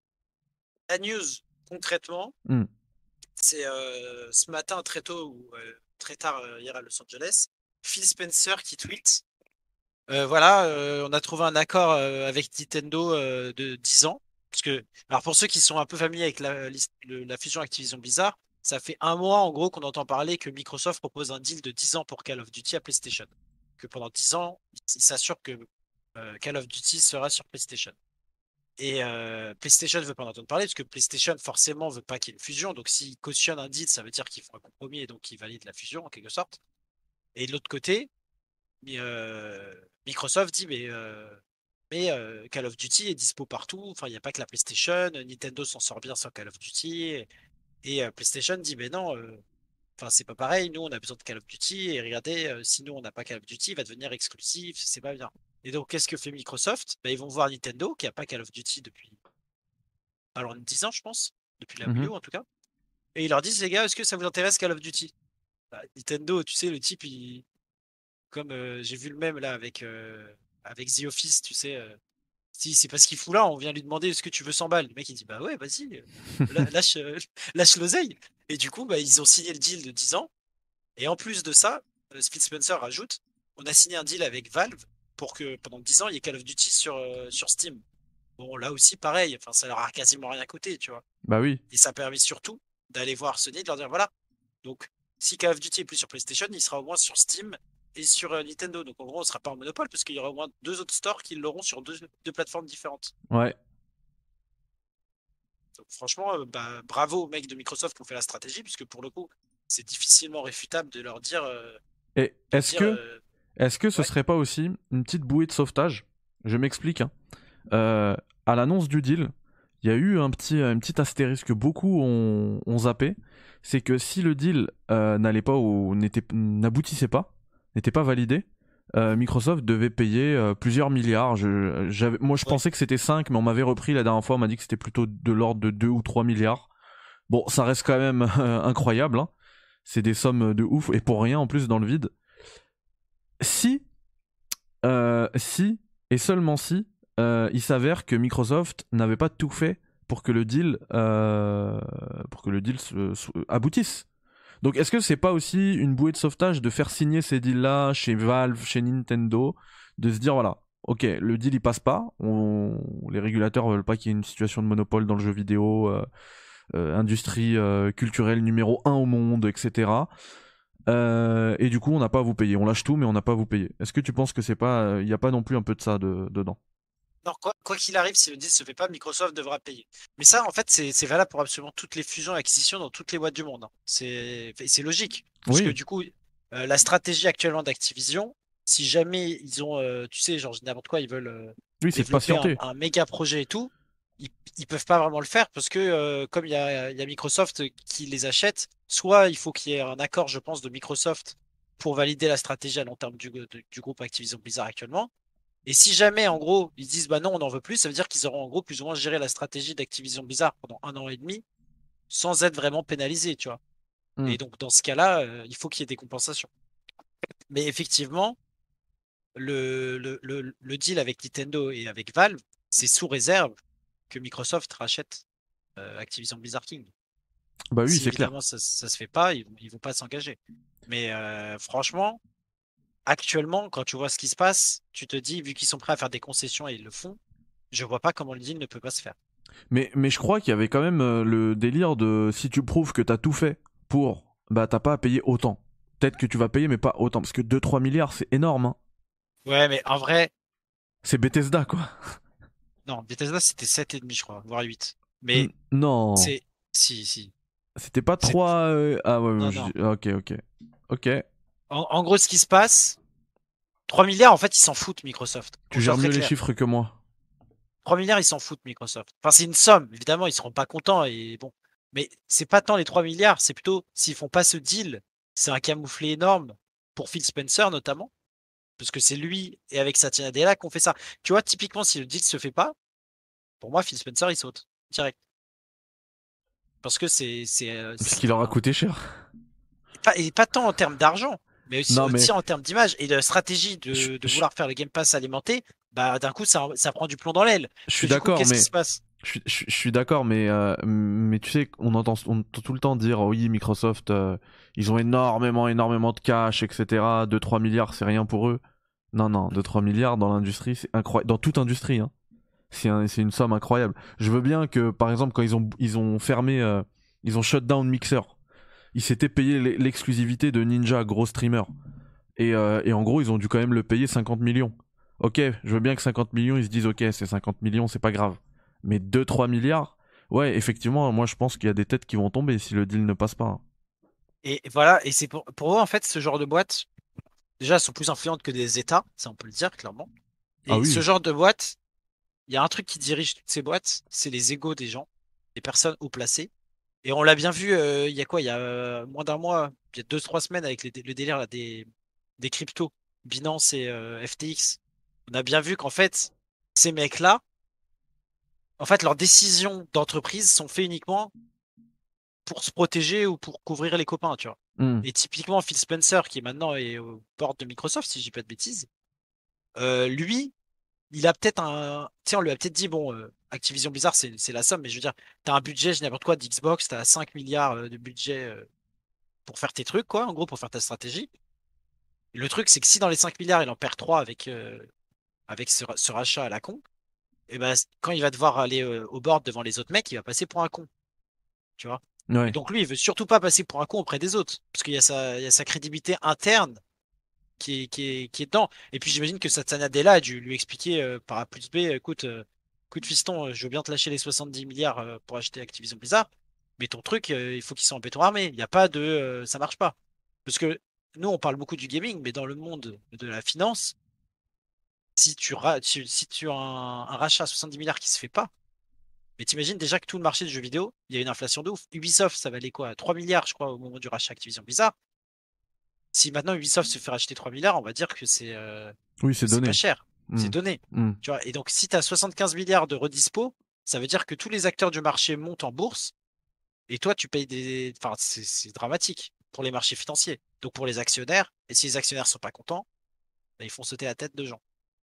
La news, concrètement, Hmm. c'est euh, ce matin très tôt ou euh, très tard euh, hier à Los Angeles, Phil Spencer qui tweet. Euh, voilà, euh, on a trouvé un accord euh, avec Nintendo euh, de dix ans. Parce que, alors pour ceux qui sont un peu familiers avec la, liste- le- la fusion Activision Blizzard, ça fait un mois en gros qu'on entend parler que Microsoft propose un deal de dix ans pour Call of Duty à PlayStation. Que pendant dix ans, il s'assure que euh, Call of Duty sera sur PlayStation. Et euh, PlayStation ne veut pas en entendre parler, parce que PlayStation forcément veut pas qu'il y ait une fusion. Donc s'ils cautionnent un deal, ça veut dire qu'ils font un compromis et donc ils valident la fusion en quelque sorte. Et de l'autre côté, mais, euh, Microsoft dit mais, euh, mais euh, Call of Duty est dispo partout. Enfin, il n'y a pas que la PlayStation. Nintendo s'en sort bien sans Call of Duty. Et, et, euh, PlayStation dit mais non, euh, enfin c'est pas pareil. Nous on a besoin de Call of Duty. Et regardez, euh, si nous on n'a pas Call of Duty, il va devenir exclusif. C'est pas bien. Et donc qu'est-ce que fait Microsoft? Ben, ils vont voir Nintendo qui a pas Call of Duty depuis alors dix ans je pense, depuis la Wii Mhm. U en tout cas. Et ils leur disent les gars, est-ce que ça vous intéresse Call of Duty? Bah, Nintendo, tu sais, le type il comme euh, j'ai vu le même là avec, euh, avec The Office, tu sais. Euh, si c'est pas ce qu'il fout là, on vient lui demander est-ce que tu veux cent balles. Le mec il dit bah ouais, vas-y, euh, la- lâche, euh, lâche l'oseille. Et du coup, bah, ils ont signé le deal de dix ans. Et en plus de ça, euh, Phil Spencer rajoute on a signé un deal avec Valve pour que pendant dix ans il y ait Call of Duty sur, euh, sur Steam. Bon, là aussi pareil, enfin, ça leur a quasiment rien coûté, tu vois. Bah oui. Et ça permet surtout d'aller voir Sony et de leur dire voilà, donc si Call of Duty est plus sur PlayStation, il sera au moins sur Steam et sur euh, Nintendo. Donc en gros, on ne sera pas en monopole parce qu'il y aura au moins deux autres stores qui l'auront sur deux, deux plateformes différentes. Ouais. Donc franchement, euh, bah, bravo aux mecs de Microsoft qui ont fait la stratégie, puisque pour le coup, c'est difficilement réfutable de leur dire, euh, Et de est-ce dire que, euh, est-ce que ce ouais, serait pas aussi une petite bouée de sauvetage? Je m'explique, hein. Euh, à l'annonce du deal, il y a eu un petit, un petit astérisque que beaucoup ont, ont zappé. C'est que si le deal euh, n'allait pas ou n'était- n'aboutissait pas, n'était pas validé, euh, Microsoft devait payer euh, plusieurs milliards. Je, j'avais, moi, je ouais, pensais que c'était cinq, mais on m'avait repris la dernière fois. On m'a dit que c'était plutôt de l'ordre de deux ou trois milliards. Bon, ça reste quand même euh, incroyable, hein. C'est des sommes de ouf et pour rien en plus dans le vide. Si euh, si, et seulement si, euh, il s'avère que Microsoft n'avait pas tout fait pour que le deal, euh, pour que le deal se- se- aboutisse. Donc est-ce que c'est pas aussi une bouée de sauvetage de faire signer ces deals-là chez Valve, chez Nintendo, de se dire voilà, ok, le deal il passe pas, on, les régulateurs veulent pas qu'il y ait une situation de monopole dans le jeu vidéo, euh, euh, industrie euh, culturelle numéro un au monde, et cetera. Euh, et du coup, on n'a pas à vous payer. On lâche tout, mais on n'a pas à vous payer. Est-ce que tu penses que c'est pas, il n'y a pas non plus un peu de ça de- dedans? non, quoi quoi qu'il arrive, si le deal se fait pas, Microsoft devra payer. Mais ça, en fait, c'est c'est valable pour absolument toutes les fusions et acquisitions dans toutes les boîtes du monde, hein. C'est et c'est logique, puisque Oui, du coup, euh, la stratégie actuellement d'Activision, si jamais ils ont, euh, tu sais, genre n'importe quoi, ils veulent euh, oui, c'est de développer un, patienter. un méga projet et tout, ils, ils peuvent pas vraiment le faire parce que euh, comme il y a, il y a Microsoft qui les achète, soit il faut qu'il y ait un accord, je pense, de Microsoft pour valider la stratégie à long terme du, de- du groupe Activision Blizzard actuellement. Et si jamais, en gros, ils disent bah non, on n'en veut plus, ça veut dire qu'ils auront en gros plus ou moins géré la stratégie d'Activision Blizzard pendant un an et demi sans être vraiment pénalisés, tu vois. Hmm. Et donc dans ce cas-là, euh, il faut qu'il y ait des compensations. Mais effectivement, le, le, le, le deal avec Nintendo et avec Valve, c'est sous réserve que Microsoft rachète euh, Activision Blizzard King. Bah oui, Si c'est clair. évidemment ça, ça se fait pas, ils, ils vont pas s'engager. Mais euh, franchement, actuellement, quand tu vois ce qui se passe, tu te dis, vu qu'ils sont prêts à faire des concessions et ils le font, je vois pas comment le deal ne peut pas se faire. Mais, mais je crois qu'il y avait quand même euh, le délire de si tu prouves que t'as tout fait pour, bah t'as pas à payer autant. Peut-être que tu vas payer, mais pas autant. Parce que deux trois milliards, c'est énorme, hein. Ouais, mais en vrai, C'est Bethesda, quoi. non, Bethesda c'était sept et demi, je crois, voire huit. N- Mais non. c'est si si, C'était pas c'est trois. euh, Ah ouais, ouais, non je- non. ok, ok. Ok. En, en gros, ce qui se passe, trois milliards en fait, ils s'en foutent Microsoft. Qu'on Tu soit gères très mieux les clair. chiffres que moi. Trois milliards, ils s'en foutent Microsoft. Enfin, c'est une somme, évidemment, ils seront pas contents et bon. Mais c'est pas tant les trois milliards, c'est plutôt s'ils font pas ce deal, c'est un camouflet énorme pour Phil Spencer notamment, parce que c'est lui et avec Satya Nadella qu'on fait ça. Tu vois, typiquement, si le deal se fait pas, pour moi, Phil Spencer, il saute direct. Parce que c'est c'est euh, Ce c'est qui leur a un... coûté cher. et pas, et pas tant en termes d'argent, mais aussi, Non, mais aussi en termes d'image et de stratégie je, de, de je- vouloir faire le Game Pass alimenté, bah d'un coup, ça, ça prend du plomb dans l'aile. je Parce suis que du coup, d'accord, qu'est-ce qui mais se passe? je, suis- je, suis je suis d'accord, mais euh, mais tu sais, on entend, on entend tout le temps dire oui, Microsoft, euh, ils ont énormément, énormément de cash, et cetera. deux trois milliards, c'est rien pour eux. Non, non, deux trois milliards dans l'industrie, c'est incroyable. Dans toute industrie, hein. C'est un- c'est une somme incroyable. Je veux bien que, par exemple, quand ils ont, ils ont fermé, euh, ils ont shut down Mixer, ils s'étaient payé l'e- l'exclusivité de Ninja, gros streamer. Et, euh, et en gros, ils ont dû quand même le payer cinquante millions. Ok, je veux bien que cinquante millions, ils se disent ok, c'est cinquante millions, c'est pas grave. Mais deux trois milliards, ouais, effectivement, moi je pense qu'il y a des têtes qui vont tomber si le deal ne passe pas, hein. Et voilà, et c'est pour, pour eux, en fait, ce genre de boîtes, déjà, elles sont plus influentes que des États, ça on peut le dire clairement. Ah Et ce oui. genre de boîte, il y a un truc qui dirige toutes ces boîtes, c'est les égos des gens, des personnes haut placées. Et on l'a bien vu, euh, il y a quoi? Il y a euh, moins d'un mois, il y a deux, trois semaines avec les- le délire là, des, des cryptos, Binance et euh, F T X. On a bien vu qu'en fait, ces mecs-là, en fait, leurs décisions d'entreprise sont faites uniquement pour se protéger ou pour couvrir les copains, tu vois. Hmm. Et typiquement, Phil Spencer, qui maintenant est au board de Microsoft, si je dis pas de bêtises, euh, lui, il a peut-être un. Tu sais, on lui a peut-être dit, bon, euh, Activision Blizzard, c'est c'est la somme, mais je veux dire, t'as un budget, je dis n'importe quoi, d'Xbox, t'as cinq milliards euh, de budget euh, pour faire tes trucs, quoi, en gros, pour faire ta stratégie. Et le truc, c'est que si dans les cinq milliards, il en perd trois avec, euh, avec ce, ce rachat à la con, et ben, quand il va devoir aller euh, au board devant les autres mecs, il va passer pour un con, tu vois. Et Ouais. donc, lui, il veut surtout pas passer pour un con auprès des autres, parce qu'il y a sa, il y a sa crédibilité interne qui est, qui est, qui est dedans. Et puis j'imagine que Satya Nadella a dû lui expliquer euh, par A plus B, écoute, euh, écoute fiston, euh, je veux bien te lâcher les soixante-dix milliards euh, pour acheter Activision Blizzard, mais ton truc, euh, il faut qu'il soit en béton armé. Il n'y a pas de, euh, ça marche pas. Parce que nous, on parle beaucoup du gaming, mais dans le monde de la finance, si tu, ra- tu- si tu as un, un rachat à soixante-dix milliards qui se fait pas, mais t'imagines déjà que tout le marché du jeu vidéo, il y a une inflation de ouf. Ubisoft, ça valait quoi? trois milliards, je crois, au moment du rachat Activision Blizzard. Si maintenant Ubisoft se fait racheter trois milliards, on va dire que c'est euh, Oui, c'est que c'est pas donné. cher. Hmm. C'est donné. Hmm. Tu vois, et donc, si tu as soixante-quinze milliards de redispo, ça veut dire que tous les acteurs du marché montent en bourse et toi, tu payes des. Enfin, c'est c'est dramatique pour les marchés financiers. Donc, pour les actionnaires, et si les actionnaires sont pas contents, bah, ils font sauter la tête de gens.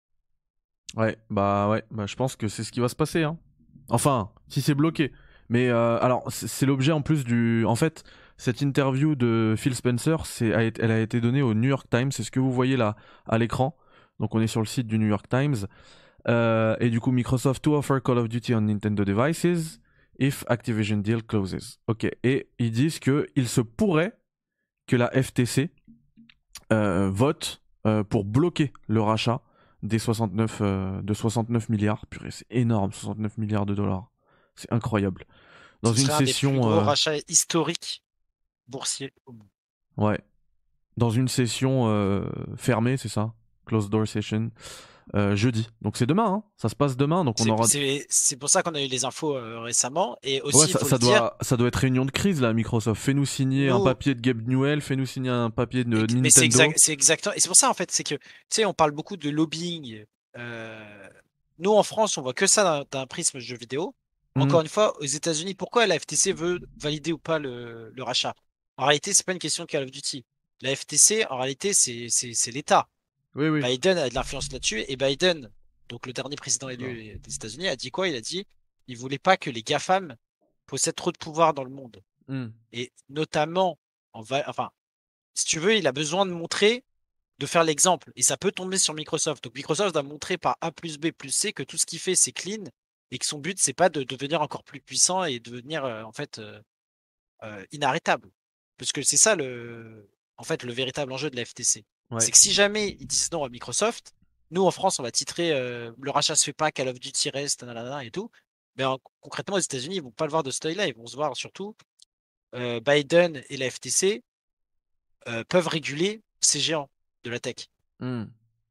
Ouais, bah ouais, bah je pense que c'est ce qui va se passer, hein. Enfin, si c'est bloqué. Mais euh, alors, c'est c'est l'objet en plus du. En fait, cette interview de Phil Spencer, c'est, a été- elle a été donnée au New York Times. C'est ce que vous voyez là à l'écran. Donc, on est sur le site du New York Times. Euh, et du coup, Microsoft to offer Call of Duty on Nintendo devices if Activision deal closes. Ok. Et ils disent que il se pourrait que la F T C euh, vote euh, pour bloquer le rachat des soixante-neuf, euh, de soixante-neuf milliards. Purée, c'est énorme, soixante-neuf milliards de dollars. C'est incroyable. Dans Ce une serait un des plus session, gros euh, rachats historiques boursiers au monde. ouais, dans une session euh, fermée, c'est ça, closed door session, euh, jeudi. Donc c'est demain, hein. Ça se passe demain, donc on C'est aura. c'est- c'est pour ça qu'on a eu les infos euh, récemment. Et Ouais, aussi, il ça, faut le ça dire, doit, ça doit être réunion de crise là, Microsoft. Fais-nous signer un nous, papier de Gabe Newell, fais-nous signer un papier de mais c'est Nintendo. exact, c'est exactement. Et c'est pour ça, en fait, c'est que, tu sais, on parle beaucoup de lobbying. euh, Nous, en France, on voit que ça d'un d'un prisme jeu vidéo. Hmm. Encore une fois, aux États-Unis, pourquoi la F T C veut valider ou pas le, le rachat? En réalité, c'est pas une question de Call of Duty. La F T C, en réalité, c'est c'est- c'est l'État. Oui, oui. Biden a de l'influence là-dessus. Et Biden, donc le dernier président Oula. élu des États-Unis, a dit quoi? Il a dit il voulait pas que les GAFAM possèdent trop de pouvoir dans le monde. Hmm. Et notamment, en va... enfin, si tu veux, il a besoin de montrer de faire l'exemple. Et ça peut tomber sur Microsoft. Donc Microsoft doit montrer par A plus B plus C que tout ce qu'il fait, c'est clean et que son but, c'est pas de devenir encore plus puissant et devenir euh, en fait euh, euh, inarrêtable. Parce que c'est ça le, en fait, le véritable enjeu de la F T C. Ouais. C'est que si jamais ils disent non à Microsoft, nous en France, on va titrer euh, le rachat se fait pas, Call of Duty reste, nanana et tout. Mais en- concrètement, aux États-Unis, ils vont pas le voir de ce œil-là. Ils vont se voir surtout euh, Biden et la F T C euh, peuvent réguler ces géants de la tech. Hmm.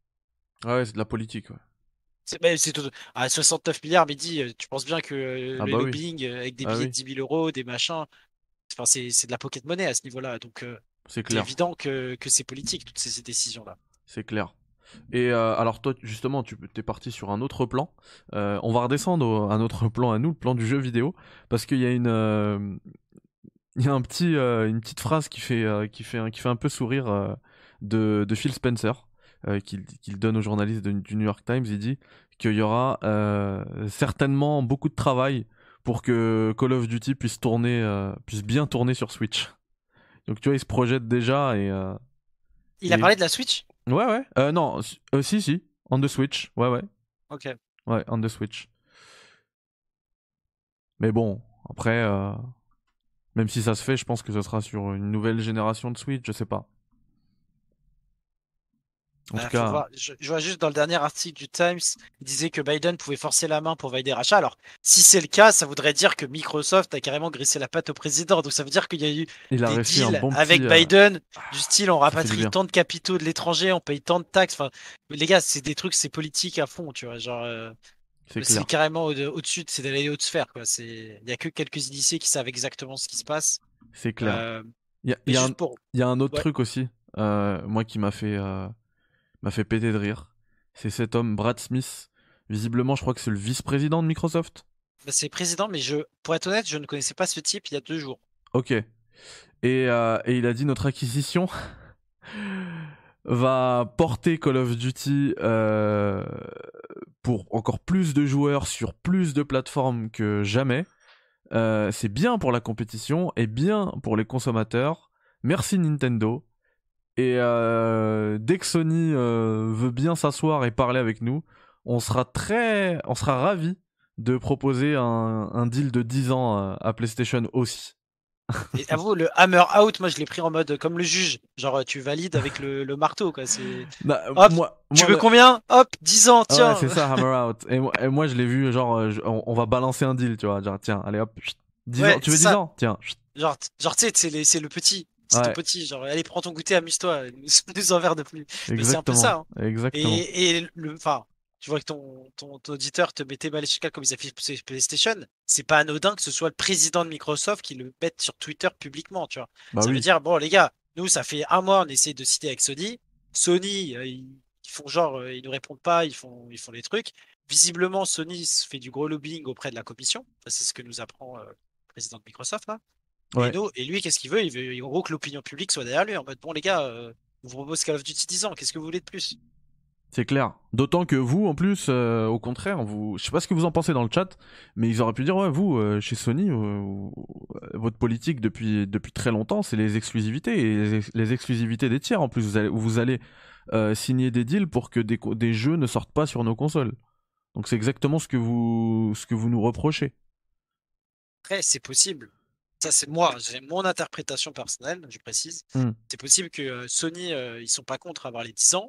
Ah ouais, c'est de la politique, ouais. C'est mais c'est tout- à soixante-neuf milliards, mais dis, euh, tu penses bien que euh, Ah le bah oui. lobbying euh, avec des Ah billets de oui. dix mille euros, des machins, enfin, c'est c'est de la pocket money à ce niveau-là. Donc, euh, C'est C'est clair, évident que, que c'est politique, toutes ces, ces décisions-là. c'est clair. Et euh, alors toi, justement, tu es parti sur un autre plan. Euh, on va redescendre au- à un autre plan à nous, le plan du jeu vidéo, parce qu'il y a une, euh, il y a un petit, euh, une petite phrase qui fait, euh, qui fait, un- qui fait un peu sourire euh, de, de Phil Spencer, euh, qu'il qu'il donne aux journalistes de- du New York Times. Il dit qu'il y aura euh, certainement beaucoup de travail pour que Call of Duty puisse tourner, euh, puisse bien tourner sur Switch. Donc tu vois, il se projette déjà et, euh, Il a et parlé de la Switch? ouais ouais. Euh, non, s- euh, si si, on the Switch. Ouais ouais. Ok. Ouais, on the Switch. Mais bon, après, euh, même si ça se fait, je pense que ce sera sur une nouvelle génération de Switch, je sais pas. En tout Bah, faut cas, voir. Je, je vois juste dans le dernier article du Times, il disait que Biden pouvait forcer la main pour valider des rachats. Alors, si c'est le cas, ça voudrait dire que Microsoft a carrément graissé la patte au président. Donc, ça veut dire qu'il y a eu il a des réussi un deals bon petit. avec euh, Biden, du style on Ça fait du rapatrie bien. tant de capitaux de l'étranger, on paye tant de taxes. Enfin, les gars, c'est des trucs, c'est politique à fond, tu vois. Genre, euh, C'est c'est clair. carrément au- au-dessus, c'est d'aller aux sphères, quoi. C'est, il y a que quelques initiés qui savent exactement ce qui se passe. C'est clair. Euh, Il y a, il mais y a un, juste pour, il y a un autre ouais, truc aussi, euh, moi qui m'a fait, euh, m'a fait péter de rire. C'est cet homme, Brad Smith. Visiblement, je crois que c'est le vice-président de Microsoft. bah, c'est président, mais je, pour être honnête, je ne connaissais pas ce type il y a deux jours. Ok. Et, euh, et il a dit notre acquisition va porter Call of Duty euh, pour encore plus de joueurs sur plus de plateformes que jamais. Euh, c'est bien pour la compétition et bien pour les consommateurs. Merci Nintendo. Et euh, dès que Sony euh, veut bien s'asseoir et parler avec nous, on sera très, on sera ravi de proposer un, un deal de dix ans à, à PlayStation aussi. Et avoue, le hammer out, moi je l'ai pris en mode comme le juge. Genre, tu valides avec le, le marteau, quoi. C'est Bah, hop, moi, tu moi veux le... combien? Hop, dix ans, ouais, tiens. c'est ça, Hammer Out. Et, moi, et moi, je l'ai vu, genre, euh, je- on, on va balancer un deal, tu vois. Genre, tiens, allez hop, chut, dix ans. Ouais, Tu veux c'est dix ça. ans? Tiens, chut. Genre, t- genre tu sais, c'est les- c'est le petit. C'est ton Ouais, petit. Genre, allez, prends ton goûter, amuse-toi. Nous nous en verre de plus. Mais c'est un peu ça, exactement, hein. exactement. Et, et le, enfin, tu vois que ton, ton, ton auditeur te mettait mal à comme ils affichent sur PlayStation. C'est pas anodin que ce soit le président de Microsoft qui le mette sur Twitter publiquement, tu vois. Bah Ça veut oui, dire, bon, les gars, nous, ça fait un mois, on essaie de citer avec Sony. Sony, euh, ils, ils font genre, euh, ils nous répondent pas, ils font, ils font des trucs. Visiblement, Sony se fait du gros lobbying auprès de la commission. Ça, c'est ce que nous apprend euh, le président de Microsoft, là. Et, ouais. nous, et lui, qu'est-ce qu'il veut? Il veut en gros que l'opinion publique soit derrière lui, en mode, bon, les gars, euh, on vous propose Call of Duty dix ans, qu'est-ce que vous voulez de plus? C'est clair. D'autant que vous, en plus, euh, au contraire, vous, je sais pas ce que vous en pensez dans le chat, mais ils auraient pu dire, ouais, vous, euh, chez Sony, euh, vous- votre politique depuis depuis très longtemps, c'est les exclusivités et les, ex- les exclusivités des tiers. En plus, vous allez vous allez euh, signer des deals pour que des co- des jeux ne sortent pas sur nos consoles. Donc c'est exactement ce que vous ce que vous nous reprochez. Après, c'est possible. Ça, c'est moi, j'ai mon interprétation personnelle, je précise. Hmm. C'est possible que euh, Sony, euh, ils sont pas contre avoir les dix ans,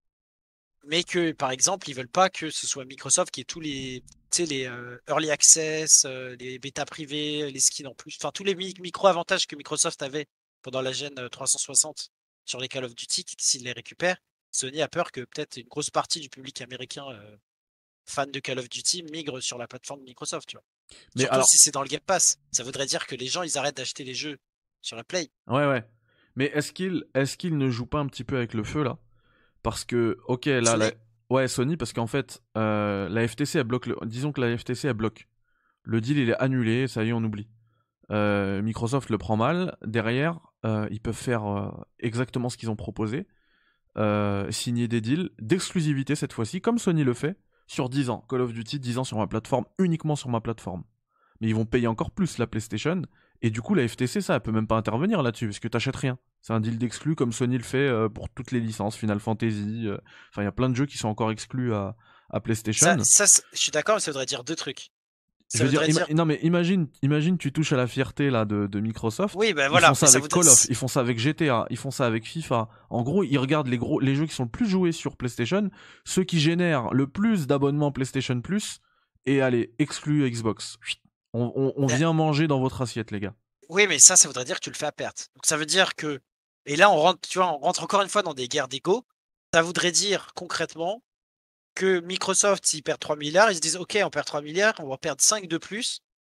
mais que, par exemple, ils veulent pas que ce soit Microsoft qui ait tous les, tu sais, les euh, early access, euh, les bêtas privés, les skins en plus, enfin, tous les mi- micro-avantages que Microsoft avait pendant la gêne euh, trois cent soixante sur les Call of Duty, s'ils les récupèrent, Sony a peur que peut-être une grosse partie du public américain euh, fan de Call of Duty migre sur la plateforme de Microsoft, tu vois. Mais Surtout alors, si c'est dans le Game Pass. Ça voudrait dire que les gens, ils arrêtent d'acheter les jeux sur la Play. ouais, ouais. Mais est-ce qu'il est-ce qu'il ne joue pas un petit peu avec le feu là? Parce que, ok, là, la... Sony? ouais, Sony, parce qu'en fait, euh, la F T C, elle bloque le... disons que la F T C, elle bloque. Le deal, il est annulé, ça y est, on oublie. Euh, Microsoft le prend mal. Derrière, euh, ils peuvent faire euh, exactement ce qu'ils ont proposé. Euh, signer des deals d'exclusivité cette fois-ci, comme Sony le fait, sur dix ans. Call of Duty, dix ans sur ma plateforme, uniquement sur ma plateforme. Mais ils vont payer encore plus la PlayStation. Et du coup, la F T C, ça, elle peut même pas intervenir là-dessus, parce que t'achètes rien. C'est un deal d'exclus comme Sony le fait euh, pour toutes les licences, Final Fantasy. euh, Enfin, il y a plein de jeux qui sont encore exclus à, à Ça, PlayStation. ça, c'est- je suis d'accord, mais ça voudrait dire deux trucs. Je Ça veux dire, voudrait ima- dire, non mais imagine, imagine tu touches à la fierté là de, de Microsoft. oui, ben Ils font voilà, mais ça ça avec voudrait, Call of, ils font ça avec G T A, ils font ça avec FIFA. En gros, ils regardent les gros, les jeux qui sont le plus joués sur PlayStation, ceux qui génèrent le plus d'abonnements PlayStation Plus, et allez, exclu Xbox. Chut. On, on- on ben, vient manger dans votre assiette, les gars. oui, mais ça, ça voudrait dire que tu le fais à perte. Donc ça veut dire que, et là, on rentre, tu vois, on rentre encore une fois dans des guerres d'ego. Ça voudrait dire concrètement que Microsoft, s'ils perdent trois milliards, ils se disent, OK, on perd trois milliards, on va perdre cinq de plus.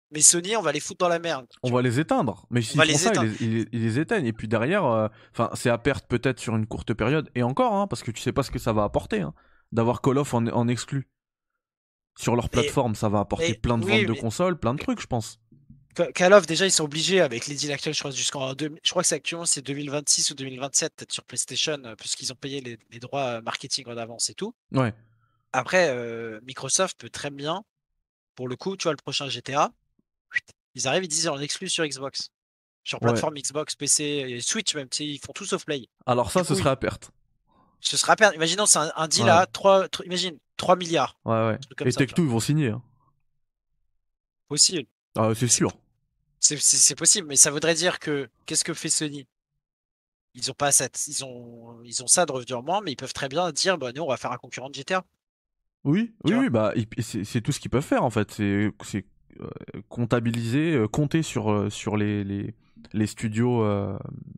mais Sony, on va les foutre dans la merde. On va les éteindre. Mais On s'ils va font les ça, ils éteindre. les, ils les- ils les éteignent. Et puis derrière, enfin, c'est à perte peut-être sur une courte période. Et encore, hein, parce que tu sais pas ce que ça va apporter, hein, d'avoir Call of en, en exclu. Sur leur Mais, plateforme, ça va apporter mais plein de ventes oui, de mais consoles, plein de trucs, je pense. Call of, déjà, ils sont obligés avec les deals actuels, je crois, jusqu'en deux- je crois que c'est actuellement c'est deux mille vingt-six ou deux mille vingt-sept, peut-être sur PlayStation, euh, puisqu'ils ont payé les, les droits euh, marketing en avance et tout. Ouais. Après, euh, Microsoft peut très bien, pour le coup, tu vois, le prochain G T A, ils arrivent, ils disent en exclu sur Xbox, sur Ouais. plateforme Xbox, P C, et Switch même, tu sais, ils font tout sauf Play. Alors ça, Du ce coup, serait ils- à perte. ce sera perdre. Imaginons, c'est un, un deal Ouais. à trois, imagine, trois milliards, Ouais, ouais. un truc comme Et ça, tu vois. Tech-Two, ils vont signer. Hein. Possible. Ah, c'est C'est sûr. c'est- c'est- c'est possible, mais ça voudrait dire que, qu'est-ce que fait Sony? Ils ont pas cette, ils ont, ils ont ça de revenu en moins, mais ils peuvent très bien dire, bah nous, on va faire un concurrent de G T A, Oui, tu oui, vois. oui, bah, ils- c'est c'est tout ce qu'ils peuvent faire, en fait. C'est c'est, euh, comptabiliser, euh, compter sur, euh, sur les, les, les studios. euh,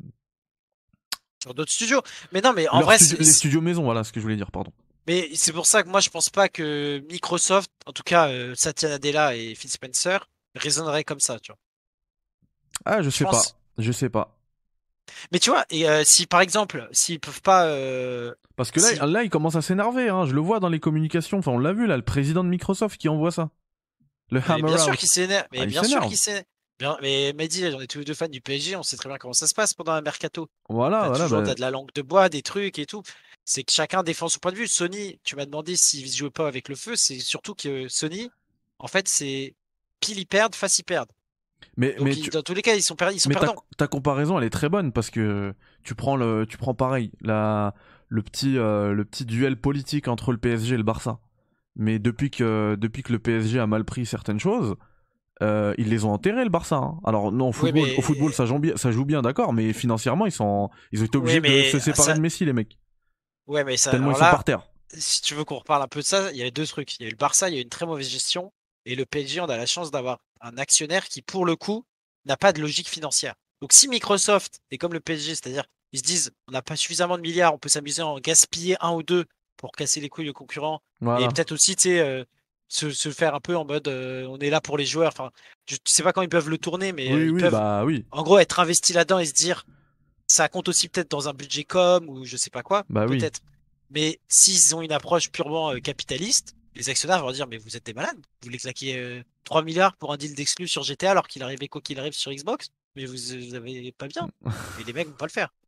Sur d'autres studios. Mais non, mais en leurs vrai, studios- c'est, les c'est- studios maison, voilà ce que je voulais dire, pardon. mais c'est pour ça que moi, je pense pas que Microsoft, en tout cas, euh, Satya Nadella et Phil Spencer, raisonneraient comme ça, tu vois. Ah, je Je sais pas. pense. Je sais pas. Mais tu vois, et euh, si par exemple, s'ils peuvent pas, euh, Parce que là, si, là, il commence à s'énerver. Hein. Je le vois dans les communications. Enfin, on l'a vu, là, le président de Microsoft qui envoie ça. Le mais hammer bien sûr qu'ils out. s'énervent, Ah, mais il bien sûr s'énerve. qu'ils s'énervent. Bien, mais Mehdi, on est tous les deux fans du P S G, on sait très bien comment ça se passe pendant un mercato. Voilà, T'as voilà. toujours, Bah, t'as de la langue de bois, des trucs et tout. C'est que chacun défend son point de vue. Sony, tu m'as demandé s'ils jouaient pas avec le feu, c'est surtout que Sony, en fait, c'est pile ils perdent, face ils perdent. mais, Donc mais ils- tu, dans tous les cas, ils sont, per- ils sont Mais ta, perdants. ta comparaison, elle est très bonne parce que tu prends le, tu prends pareil, la, le petit, euh, le petit duel politique entre le P S G et le Barça. Mais depuis que, depuis que le P S G a mal pris certaines choses, euh, ils les ont enterrés le Barça. Hein. Alors non, au Oui, football, au football mais ça joue bien, ça joue bien, d'accord, mais financièrement ils sont, ils ont été oui, obligés de se mais séparer ça, de Messi les mecs. ouais, mais ça. Tellement ils Alors sont par là, terre. si tu veux qu'on reparle un peu de ça, il y avait deux trucs. Il y a eu le Barça, il y a eu une très mauvaise gestion, et le P S G, on a la chance d'avoir un actionnaire qui, pour le coup, n'a pas de logique financière. Donc si Microsoft est comme le P S G, c'est-à-dire ils se disent on n'a pas suffisamment de milliards, on peut s'amuser à en gaspiller un ou deux pour casser les couilles aux concurrents, et Voilà. peut-être aussi, tu sais, euh, se, se faire un peu en mode euh, on est là pour les joueurs. Enfin, je sais pas quand ils peuvent le tourner, mais euh, Oui, ils oui, peuvent bah oui, en gros être investis là-dedans et se dire ça compte aussi peut-être dans un budget com ou je sais pas quoi, bah oui. peut-être. Mais s'ils ont une approche purement euh, capitaliste, les actionnaires vont dire mais vous êtes des malades, vous voulez claquer euh, trois milliards pour un deal d'exclus sur G T A alors qu'il arrivait quoi qu'il arrive sur Xbox, mais vous, vous avez pas bien. Et les mecs vont pas le faire,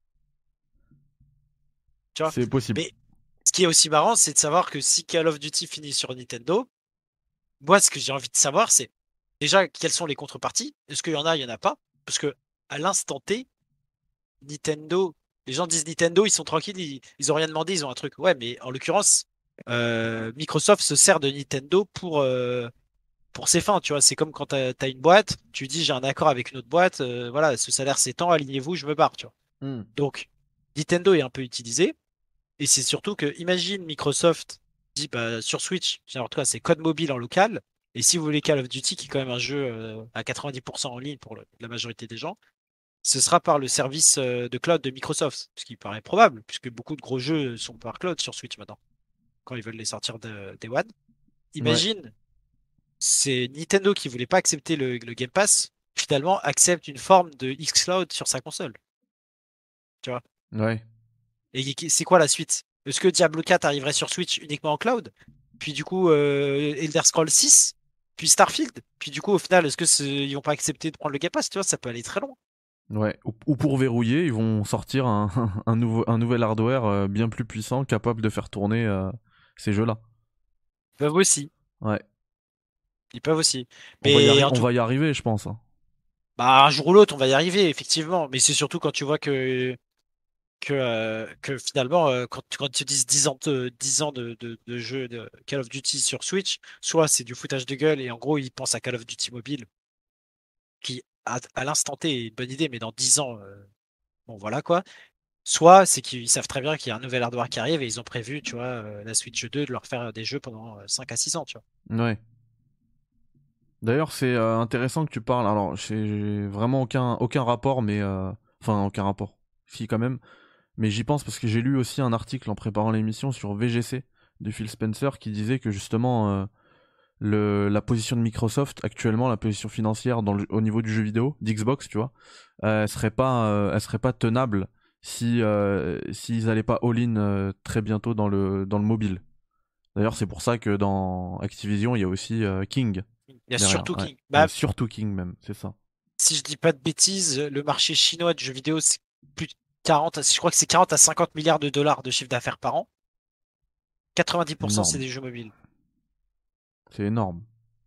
tu vois. C'est possible. Mais ce qui est aussi marrant, c'est de savoir que si Call of Duty finit sur Nintendo, moi ce que j'ai envie de savoir, c'est déjà quelles sont les contreparties. Est-ce qu'il y en a, il y en a pas? Parce que à l'instant T, Nintendo, les gens disent Nintendo, ils sont tranquilles, ils, ils ont rien demandé, ils ont un truc. Ouais, mais en l'occurrence, euh, Microsoft se sert de Nintendo pour, euh, pour ses fins, tu vois. C'est comme quand t'as, t'as une boîte, tu dis j'ai un accord avec une autre boîte, euh, voilà, ce salaire s'étend, alignez-vous, je me barre, tu vois. Hmm. Donc, Nintendo est un peu utilisé, et c'est surtout que, imagine Microsoft dit bah, sur Switch, en tout cas, c'est code mobile en local, et si vous voulez Call of Duty, qui est quand même un jeu euh, à quatre-vingt-dix pour cent en ligne pour le- la majorité des gens, ce sera par le service euh, de cloud de Microsoft, ce qui paraît probable, puisque beaucoup de gros jeux sont par cloud sur Switch maintenant, quand ils veulent les sortir de Day One. Ouais, Imagine, c'est Nintendo qui voulait pas accepter le, le Game Pass, finalement accepte une forme de xCloud sur sa console, tu vois. ouais. Et qui- c'est quoi la suite? Est-ce que Diablo quatre arriverait sur Switch uniquement en cloud? Puis du coup, euh, Elder Scrolls six? Puis Starfield? Puis du coup, au final, est-ce que c'est- ils vont pas accepter de prendre le Game Pass? Tu vois, ça peut aller très loin. Ouais, ou, ou pour verrouiller, ils vont sortir un, un, nouveau, un nouvel hardware euh, bien plus puissant, capable de faire tourner euh, ces jeux-là. Ils peuvent aussi. Ouais, Ils peuvent aussi. on va y, Mais arri- en on tout va y arriver, je pense. Hein. Bah, un jour ou l'autre, on va y arriver, effectivement. Mais c'est surtout quand tu vois que, que, euh, que finalement, euh, quand, quand ils te disent dix ans de, dix ans de, de, de jeu de Call of Duty sur Switch, soit c'est du foutage de gueule et en gros, ils pensent à Call of Duty mobile, qui à, à l'instant T est une bonne idée, mais dans dix ans, euh, bon voilà quoi. Soit c'est qu'ils savent très bien qu'il y a un nouvel hardware qui arrive et ils ont prévu, tu vois, euh, la Switch deux de leur faire des jeux pendant euh, cinq à six ans, tu vois. Ouais. D'ailleurs, c'est euh, intéressant que tu parles. Alors, j'ai j'ai vraiment aucun, aucun rapport, mais. euh, Enfin, aucun rapport. Si, quand même. Mais j'y pense parce que j'ai lu aussi un article en préparant l'émission sur V G C de Phil Spencer qui disait que justement, euh, le, la position de Microsoft actuellement, la position financière dans le- au niveau du jeu vidéo, d'Xbox, tu vois, euh, elle serait pas, euh, elle serait pas tenable si euh, s'ils allaient pas all-in euh, très bientôt dans le dans le mobile. D'ailleurs, c'est pour ça que dans Activision, il y a aussi euh, King Il y a derrière. surtout Ouais. King. Il y a Bah, surtout King même, c'est ça. si je dis pas de bêtises, le marché chinois du jeu vidéo, c'est plus de quarante, je crois que c'est quarante à cinquante milliards de dollars de chiffre d'affaires par an. quatre-vingt-dix pour cent c'est Énorme. des jeux mobiles. C'est énorme.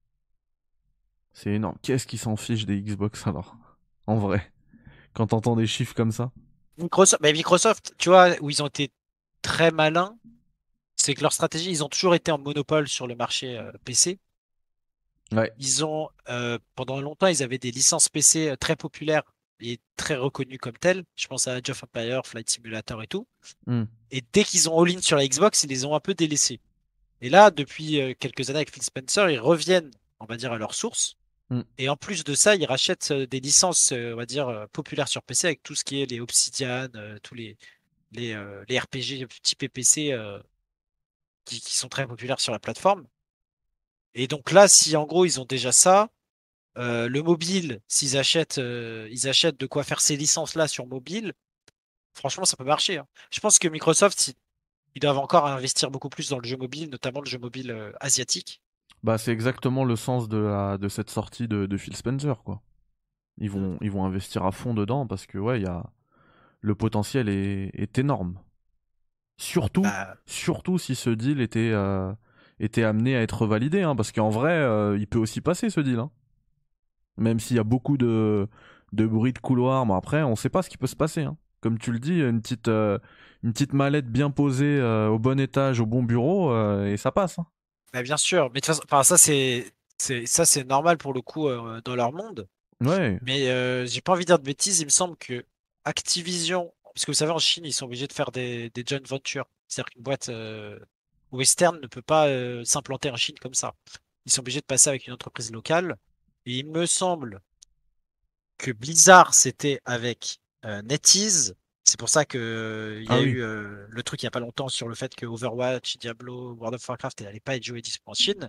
C'est énorme. Qu'est-ce qui s'en fiche des Xbox alors? En vrai, quand t'entends des chiffres comme ça. Microsoft, bah, Microsoft, tu vois, où ils ont été très malins, c'est que leur stratégie, ils ont toujours été en monopole sur le marché euh, P C. Ouais. Ils ont, euh, pendant longtemps, ils avaient des licences P C euh, très populaires et très reconnues comme telles. Je pense à Age of Empires, Flight Simulator et tout. Hmm. Et dès qu'ils ont all-in sur la Xbox, ils les ont un peu délaissés. Et là, depuis euh, quelques années avec Phil Spencer, ils reviennent, on va dire, à leur source. Hmm. Et en plus de ça, ils rachètent euh, des licences, euh, on va dire, euh, populaires sur P C avec tout ce qui est les Obsidian, euh, tous les, les, euh, les R P G type P C euh, qui, qui sont très populaires sur la plateforme. Et donc là, si en gros ils ont déjà ça, euh, le mobile, s'ils achètent, euh, ils achètent de quoi faire ces licences-là sur mobile, franchement, ça peut marcher, hein. Je pense que Microsoft, ils, ils doivent encore investir beaucoup plus dans le jeu mobile, notamment le jeu mobile euh, asiatique. Bah, c'est exactement le sens de, la, de cette sortie de, de Phil Spencer, quoi. Ils Mm. vont, ils vont investir à fond dedans parce que, ouais, il y a, le potentiel est, est énorme. Surtout, Bah, surtout si ce deal était, euh, était amené à être validé, hein, parce qu'en vrai, euh, il peut aussi passer ce deal, hein. Même s'il y a beaucoup de, de bruit de couloir, mais après, on sait pas ce qui peut se passer, hein. Comme tu le dis, une petite, euh, une petite mallette bien posée euh, au bon étage, au bon bureau, euh, et ça passe, hein. bah, bien sûr, mais de toute façon, enfin, ça c'est, c'est, ça c'est normal pour le coup euh, dans leur monde. Ouais, Mais euh, j'ai pas envie de dire de bêtises, il me semble que Activision, parce que vous savez en Chine ils sont obligés de faire des, des joint ventures, c'est-à-dire qu'une boîte euh, western ne peut pas euh, s'implanter en Chine comme ça. Ils sont obligés de passer avec une entreprise locale. Et il me semble que Blizzard, c'était avec euh, NetEase. C'est pour ça que euh, il y ah a oui, eu euh, le truc il y a pas longtemps sur le fait que Overwatch, Diablo, World of Warcraft n'allaient pas être joués dispo en Chine.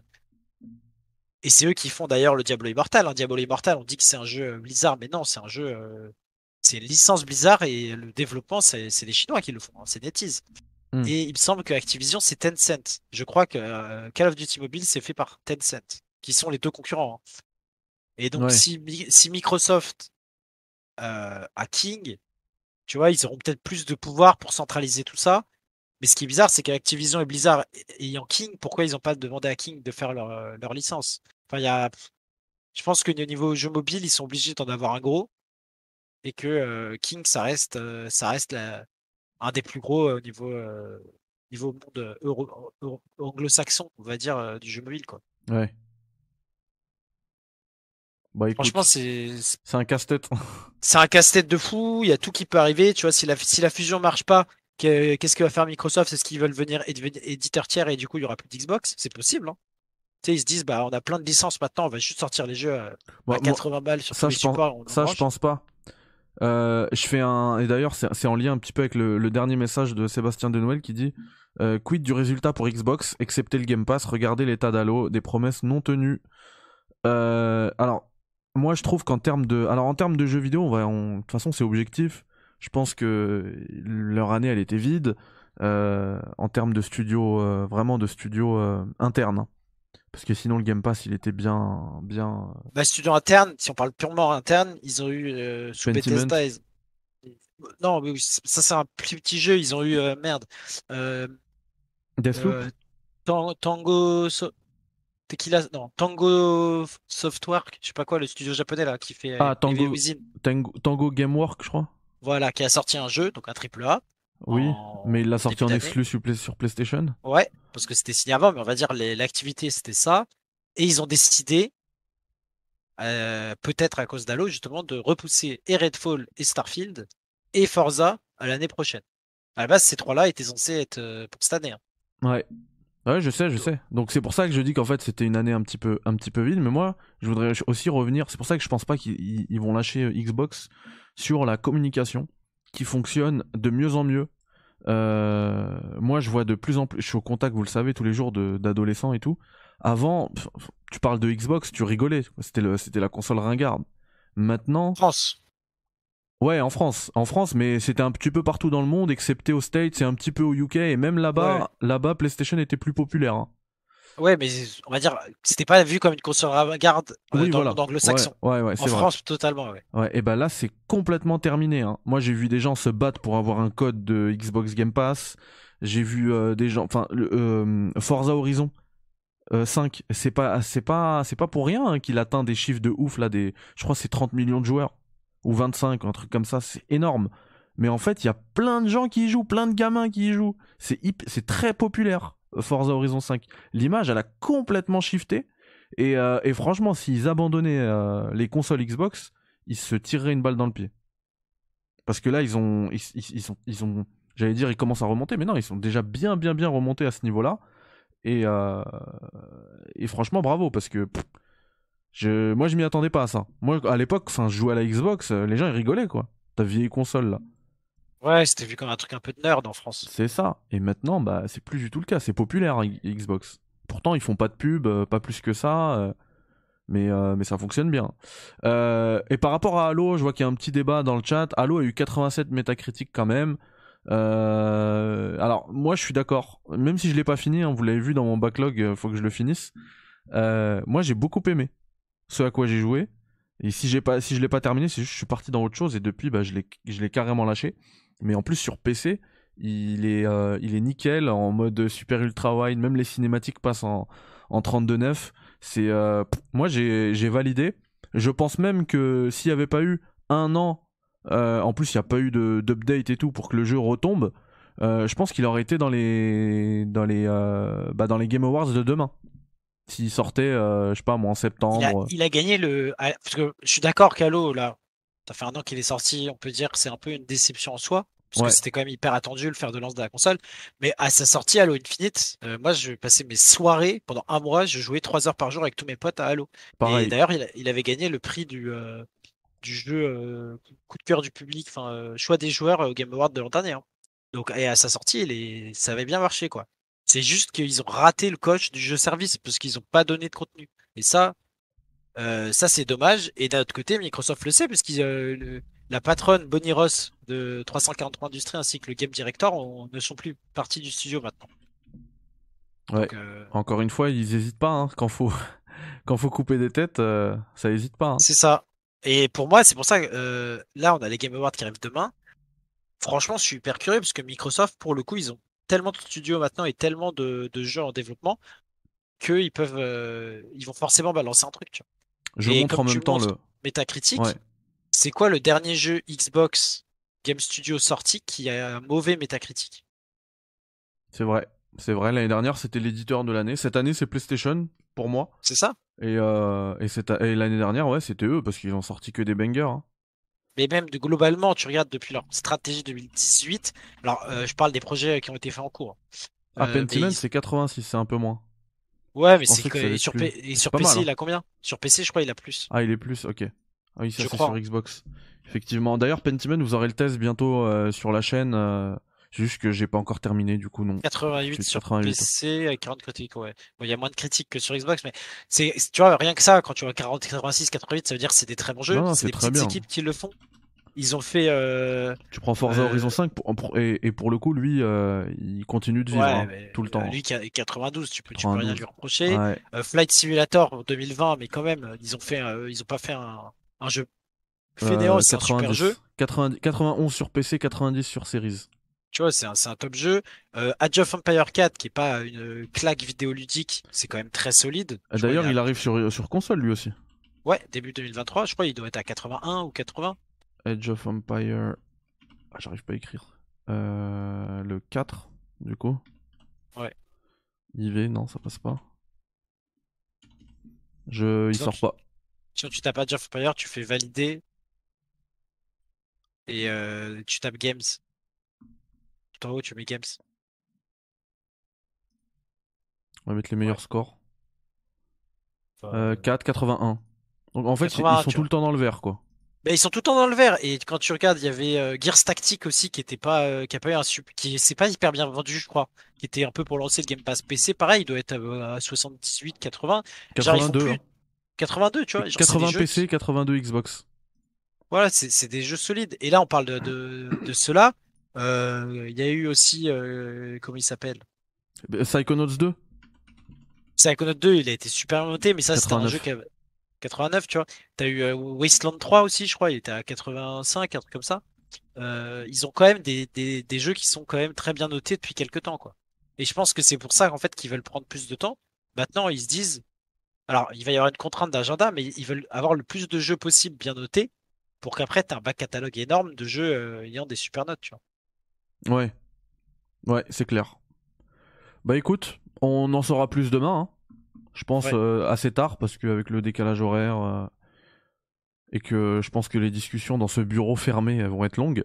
Et c'est eux qui font d'ailleurs le Diablo Immortal, hein. Diablo Immortal, on dit que c'est un jeu euh, Blizzard, mais non, c'est un jeu, euh, c'est une licence Blizzard et le développement, c'est c'est les Chinois qui le font, hein, c'est NetEase. hmm, Et il me semble que Activision, c'est Tencent. Je crois que euh, Call of Duty Mobile, c'est fait par Tencent, qui sont les deux concurrents, hein. Et donc, ouais, si, Mi- si Microsoft euh, a King, tu vois, ils auront peut-être plus de pouvoir pour centraliser tout ça. Mais ce qui est bizarre, c'est qu'Activision et Blizzard ayant King, pourquoi ils n'ont pas demandé à King de faire leur, euh, leur licence? Enfin, il y a, je pense que au niveau jeu mobile, ils sont obligés d'en avoir un gros et que euh, King, ça reste, euh, ça reste la- un des plus gros euh, au niveau, euh, niveau monde euh, euro- euro- anglo-saxon, on va dire, euh, du jeu mobile, quoi. ouais. Bah Franchement, écoute, c'est c'est un casse-tête. c'est un casse-tête de fou. Il y a tout qui peut arriver. Tu vois, si la, si la fusion marche pas, que- qu'est-ce que va faire Microsoft? Est-ce qu'ils veulent venir éd- éditeur tiers et du coup, il y aura plus d'Xbox? C'est possible, hein. Tu sais, ils se disent, bah, on a plein de licences maintenant, on va juste sortir les jeux à, à Moi, moi, quatre-vingts balles sur tous ça les je pense, supports, on en ça je mange. pense pas. Euh, je fais un et d'ailleurs c'est c'est en lien un petit peu avec le, le dernier message de Sébastien Denouel qui dit euh, quid du résultat pour Xbox, excepté le Game Pass, regardez l'état d'Halo, des promesses non tenues. Euh, alors moi je trouve qu'en termes de alors en termes de jeux vidéo, on va on- de toute façon c'est objectif. Je pense que leur année elle était vide euh, en termes de studio euh, vraiment de studio euh, interne, hein. Parce que sinon le Game Pass il était bien bien Bah, studio interne, si on parle purement interne, ils ont eu euh, sous Pentiment, Bethesda. ils- Non, mais oui, ça c'est un plus petit jeu. Ils ont eu euh, merde. Euh, Deathloop, euh, Tan- Tango. So- Tequila. Non, Tango Softwork, je sais pas quoi, le studio japonais là qui fait euh, ah Evil Tango Within. Tango, Tango Gamework je crois. Voilà, qui a sorti un jeu, donc un triple A, Oui, mais il en l'a au sorti début en d'année. exclu sur, Play- sur PlayStation. Ouais, parce que c'était signé avant, mais on va dire les- l'activité c'était ça. Et ils ont décidé, euh, peut-être à cause d'Halo, justement, de repousser et Redfall et Starfield et Forza à l'année prochaine. À la base, ces trois-là étaient censés être euh, pour cette année, hein. Ouais. Ouais, je sais, je sais. Donc c'est pour ça que je dis qu'en fait c'était une année un petit peu, un petit peu vide. Mais moi, je voudrais aussi revenir. C'est pour ça que je pense pas qu'ils ils- ils vont lâcher euh, Xbox sur la communication qui fonctionne de mieux en mieux. Euh, moi, je vois de plus en plus. Je suis au contact, vous le savez, tous les jours de- d'adolescents et tout. Avant, pff, tu parles de Xbox, tu rigolais. C'était le, c'était la console ringarde. Maintenant, France. ouais, en France, en France, mais c'était un petit peu partout dans le monde, excepté aux States et un petit peu au U K. Et même Ouais. là-bas, là-bas, PlayStation était plus populaire, hein. Ouais, mais on va dire, c'était pas vu comme une console avant-garde euh, Oui, dans le voilà. monde Ouais, anglo-saxon. ouais, ouais, En c'est vrai. France, totalement, ouais. Ouais, et ben là, c'est complètement terminé, hein. Moi, j'ai vu des gens se battre pour avoir un code de Xbox Game Pass. J'ai vu euh, des gens, enfin, le, euh, Forza Horizon euh, cinq, c'est pas, c'est pas, c'est pas pour rien hein, qu'il atteint des chiffres de ouf là. Des, je crois que c'est trente millions de joueurs ou vingt-cinq, un truc comme ça. C'est énorme. Mais en fait, il y a plein de gens qui y jouent, plein de gamins qui y jouent. C'est hip- c'est très populaire. Forza Horizon cinq. L'image, elle a complètement shifté. Et, euh, et franchement, s'ils abandonnaient euh, les consoles Xbox, ils se tireraient une balle dans le pied. Parce que là, ils ont, ils, ils, ils sont, ils ont, j'allais dire, ils commencent à remonter, mais non, ils sont déjà bien, bien, bien remontés à ce niveau-là. Et, euh, et franchement, bravo, parce que pff, je, moi, je m'y attendais pas à ça. Moi, à l'époque, enfin, je jouais à la Xbox, euh, les gens ils rigolaient quoi. Ta vieille console là. Ouais, c'était vu comme un truc un peu de nerd en France. C'est ça. Et maintenant, bah, c'est plus du tout le cas. C'est populaire hein, Xbox. Pourtant, ils font pas de pub, euh, pas plus que ça. euh, mais, euh, mais ça fonctionne bien. Euh, et par rapport à Halo, je vois qu'il y a un petit débat dans le chat. Halo a eu quatre-vingt-sept métacritiques quand même. Euh, alors, moi, je suis d'accord. Même si je l'ai pas fini, hein, vous l'avez vu dans mon backlog, euh, faut que je le finisse. Euh, moi, j'ai beaucoup aimé ce à quoi j'ai joué. Et si j'ai pas, si je l'ai pas terminé, c'est juste que je suis parti dans autre chose et depuis, bah, je l'ai, je l'ai carrément lâché. Mais en plus sur P C, il est, euh, il est nickel en mode super ultra wide. Même les cinématiques passent en, en trente-deux neuf. C'est, euh, pff, moi j'ai, j'ai validé. Je pense même que s'il y avait pas eu un an, euh, en plus il y a pas eu de, d'update et tout pour que le jeu retombe. Euh, je pense qu'il aurait été dans les, dans les, euh, bah, dans les Game Awards de demain. S'il sortait, euh, je sais pas moi, en Il a, septembre. il a gagné le. ah, Parce que je suis d'accord qu'Halo, là, ça fait un an qu'il est sorti, on peut dire que c'est un peu une déception en soi, parce que Ouais, c'était quand même hyper attendu le fer de lance de la console. Mais à sa sortie, Halo Infinite, euh, moi, je passais mes soirées, pendant un mois, je jouais trois heures par jour avec tous mes potes à Halo. Et pareil. d'ailleurs, il, a- il avait gagné le prix du, euh, du jeu euh, coup de cœur du public, enfin, euh, choix des joueurs euh, au Game Award de l'an dernier, hein. Donc, et à sa sortie, il est... ça avait bien marché, quoi. C'est juste qu'ils ont raté le coche du jeu service parce qu'ils n'ont pas donné de contenu. Et ça, euh, ça c'est dommage. Et d'un autre côté, Microsoft le sait parce que la patronne Bonnie Ross de trois cent quarante-trois Industries ainsi que le Game Director on- ne sont plus partie du studio maintenant. Ouais. Donc euh, Encore une fois, ils hésitent pas, hein. Quand faut, quand faut couper des têtes, euh, ça hésite pas, hein. c'est ça. Et pour moi, c'est pour ça que euh, là, on a les Game Awards qui arrivent demain. Franchement, je suis hyper curieux parce que Microsoft, pour le coup, ils ont tellement de studios maintenant et tellement de, de jeux en développement qu'ils peuvent, euh, ils vont forcément balancer un truc, tu vois. Je Et montre comme en tu même le temps montres, le. Ouais, Metacritic, c'est quoi le dernier jeu Xbox Game Studio sorti qui a un mauvais Metacritic? c'est vrai. C'est vrai, l'année dernière, c'était l'éditeur de l'année. Cette année, c'est PlayStation, pour moi. C'est ça? Et, euh, et, cette a- et l'année dernière, ouais, c'était eux, parce qu'ils ont sorti que des bangers, hein. Mais même de, globalement, tu regardes depuis leur stratégie deux mille dix-huit. Alors, euh, je parle des projets qui ont été faits en cours. Ah, Euh, mais Pentiment, ils- c'est quatre-vingt-six, c'est un peu moins. ouais, Je mais c'est pensais que que ça allait et être sur, plus. P- et C'est sur pas mal, P C, hein. il a combien? Sur P C, je crois, il a plus. Ah, il est plus, ok. Ah oui, ça Je c'est crois, sur hein. Xbox. Effectivement. D'ailleurs, Pentiment, vous aurez le test bientôt euh, sur la chaîne. euh, Juste que j'ai pas encore terminé, du coup, non. Tout de quatre-vingt-huit suite, sur quatre-vingt-huit. P C avec quarante critiques, ouais. Bon, il y a moins de critiques que sur Xbox, mais c'est, c'est- tu vois, rien que ça, quand tu vois quarante, quatre-vingt-six, quatre-vingt-huit, ça veut dire que c'est des très bons Non, jeux. non, C'est c'est des très petites bien. équipes qui le font. Ils ont fait, euh, Tu prends Forza Horizon euh, cinq pour- pour- et, et pour le coup, lui, euh, il continue de vivre ouais, hein, mais tout le euh, temps, lui hein. qui a quatre-vingt-douze, tu peux, tu peux rien lui quatre-vingt-douze. reprocher. Ouais. Euh, Flight Simulator en deux mille vingt, mais quand même, ils ont fait, euh, ils ont pas fait un, un jeu fainéant, Euh, c'est un super jeu. quatre-vingt-dix. quatre-vingt-dix. quatre-vingt-onze sur P C, quatre-vingt-dix sur Series. Tu vois, c'est un, c'est un top jeu. Euh, Age of Empire quatre, qui est pas une claque vidéoludique, c'est quand même très solide. Euh, Je crois qu'il D'ailleurs, a, il arrive sur, sur console lui aussi. ouais, début deux mille vingt-trois, je crois qu'il doit être à quatre-vingt-un ou quatre-vingts. Age of Empire. Ah, j'arrive pas à écrire. Euh, le quatre, du coup. Ouais. I V, non, ça passe pas. Je... Il Sinon, sort tu, pas. sinon, tu tapes Age of Empire, tu fais valider et euh, tu tapes Games. Tout en haut, tu mets Games. On va mettre les Ouais. meilleurs scores. Enfin, Euh, euh, quatre, quatre-vingt-un. Donc en fait, ils quatre-vingt-un, sont tu tout le vois. temps dans le vert, quoi. Bah, ils sont tout le temps dans le vert. Et quand tu regardes, il y avait euh, Gears Tactic aussi qui était pas, euh, qui a pas eu un sup- qui c'est pas hyper bien vendu, je crois. Qui était un peu pour lancer le Game Pass P C. Pareil, il doit être euh, à soixante-dix-huit, quatre-vingts. Genre, ils font quatre-vingt-deux, hein. plus quatre-vingt-deux, tu vois. Genre, c'est des quatre-vingts jeux P C, qui, quatre-vingt-deux Xbox. voilà, c'est c'est des jeux solides. Et là, on parle de, de, de ceux-là. Euh, Il y a eu aussi, euh, comment il s'appelle? Euh, Psychonauts deux, Psychonaut deux, il a été super noté, mais ça, c'était un jeu qui quatre-vingt-neuf. avait quatre-vingt-neuf, tu vois. T'as eu euh, Wasteland trois aussi, je crois, il était à quatre-vingt-cinq, un truc comme ça. Euh, ils ont quand même des, des, des jeux qui sont quand même très bien notés depuis quelques temps, quoi. Et je pense que c'est pour ça, en fait, qu'ils veulent prendre plus de temps. Maintenant, ils se disent, alors, il va y avoir une contrainte d'agenda, mais ils veulent avoir le plus de jeux possible bien notés pour qu'après, tu un back catalogue énorme de jeux euh, ayant des super notes, tu vois. Ouais, ouais, c'est clair. Bah écoute, on en saura plus demain, hein. Je pense Ouais. euh, assez tard, parce qu'avec le décalage horaire, euh, et que je pense que les discussions dans ce bureau fermé euh, vont être longues.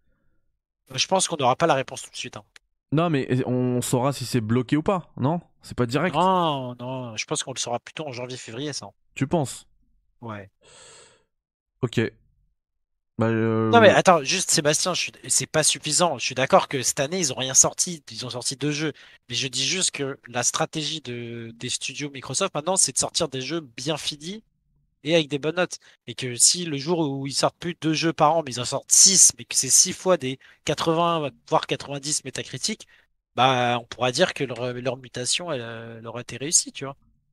Je pense qu'on n'aura pas la réponse tout de suite, hein. Non, mais on saura si c'est bloqué ou pas, non? C'est pas direct, Non, non, je pense qu'on le saura plutôt en janvier-février, ça. tu penses? Ouais. Ok. Bah, Non mais euh, attends, juste Sébastien, je suis... c'est pas suffisant. Je suis d'accord que cette année, ils ont rien sorti. Ils ont sorti deux jeux. Mais je dis juste que la stratégie de... des studios Microsoft maintenant, c'est de sortir des jeux bien finis et avec des bonnes notes. Et que si le jour où ils sortent plus deux jeux par an, mais ils en sortent six, mais que c'est six fois des quatre-vingts, voire quatre-vingt-dix métacritiques, bah on pourra dire que leur, leur mutation, elle, euh, elle aurait été réussie, tu vois.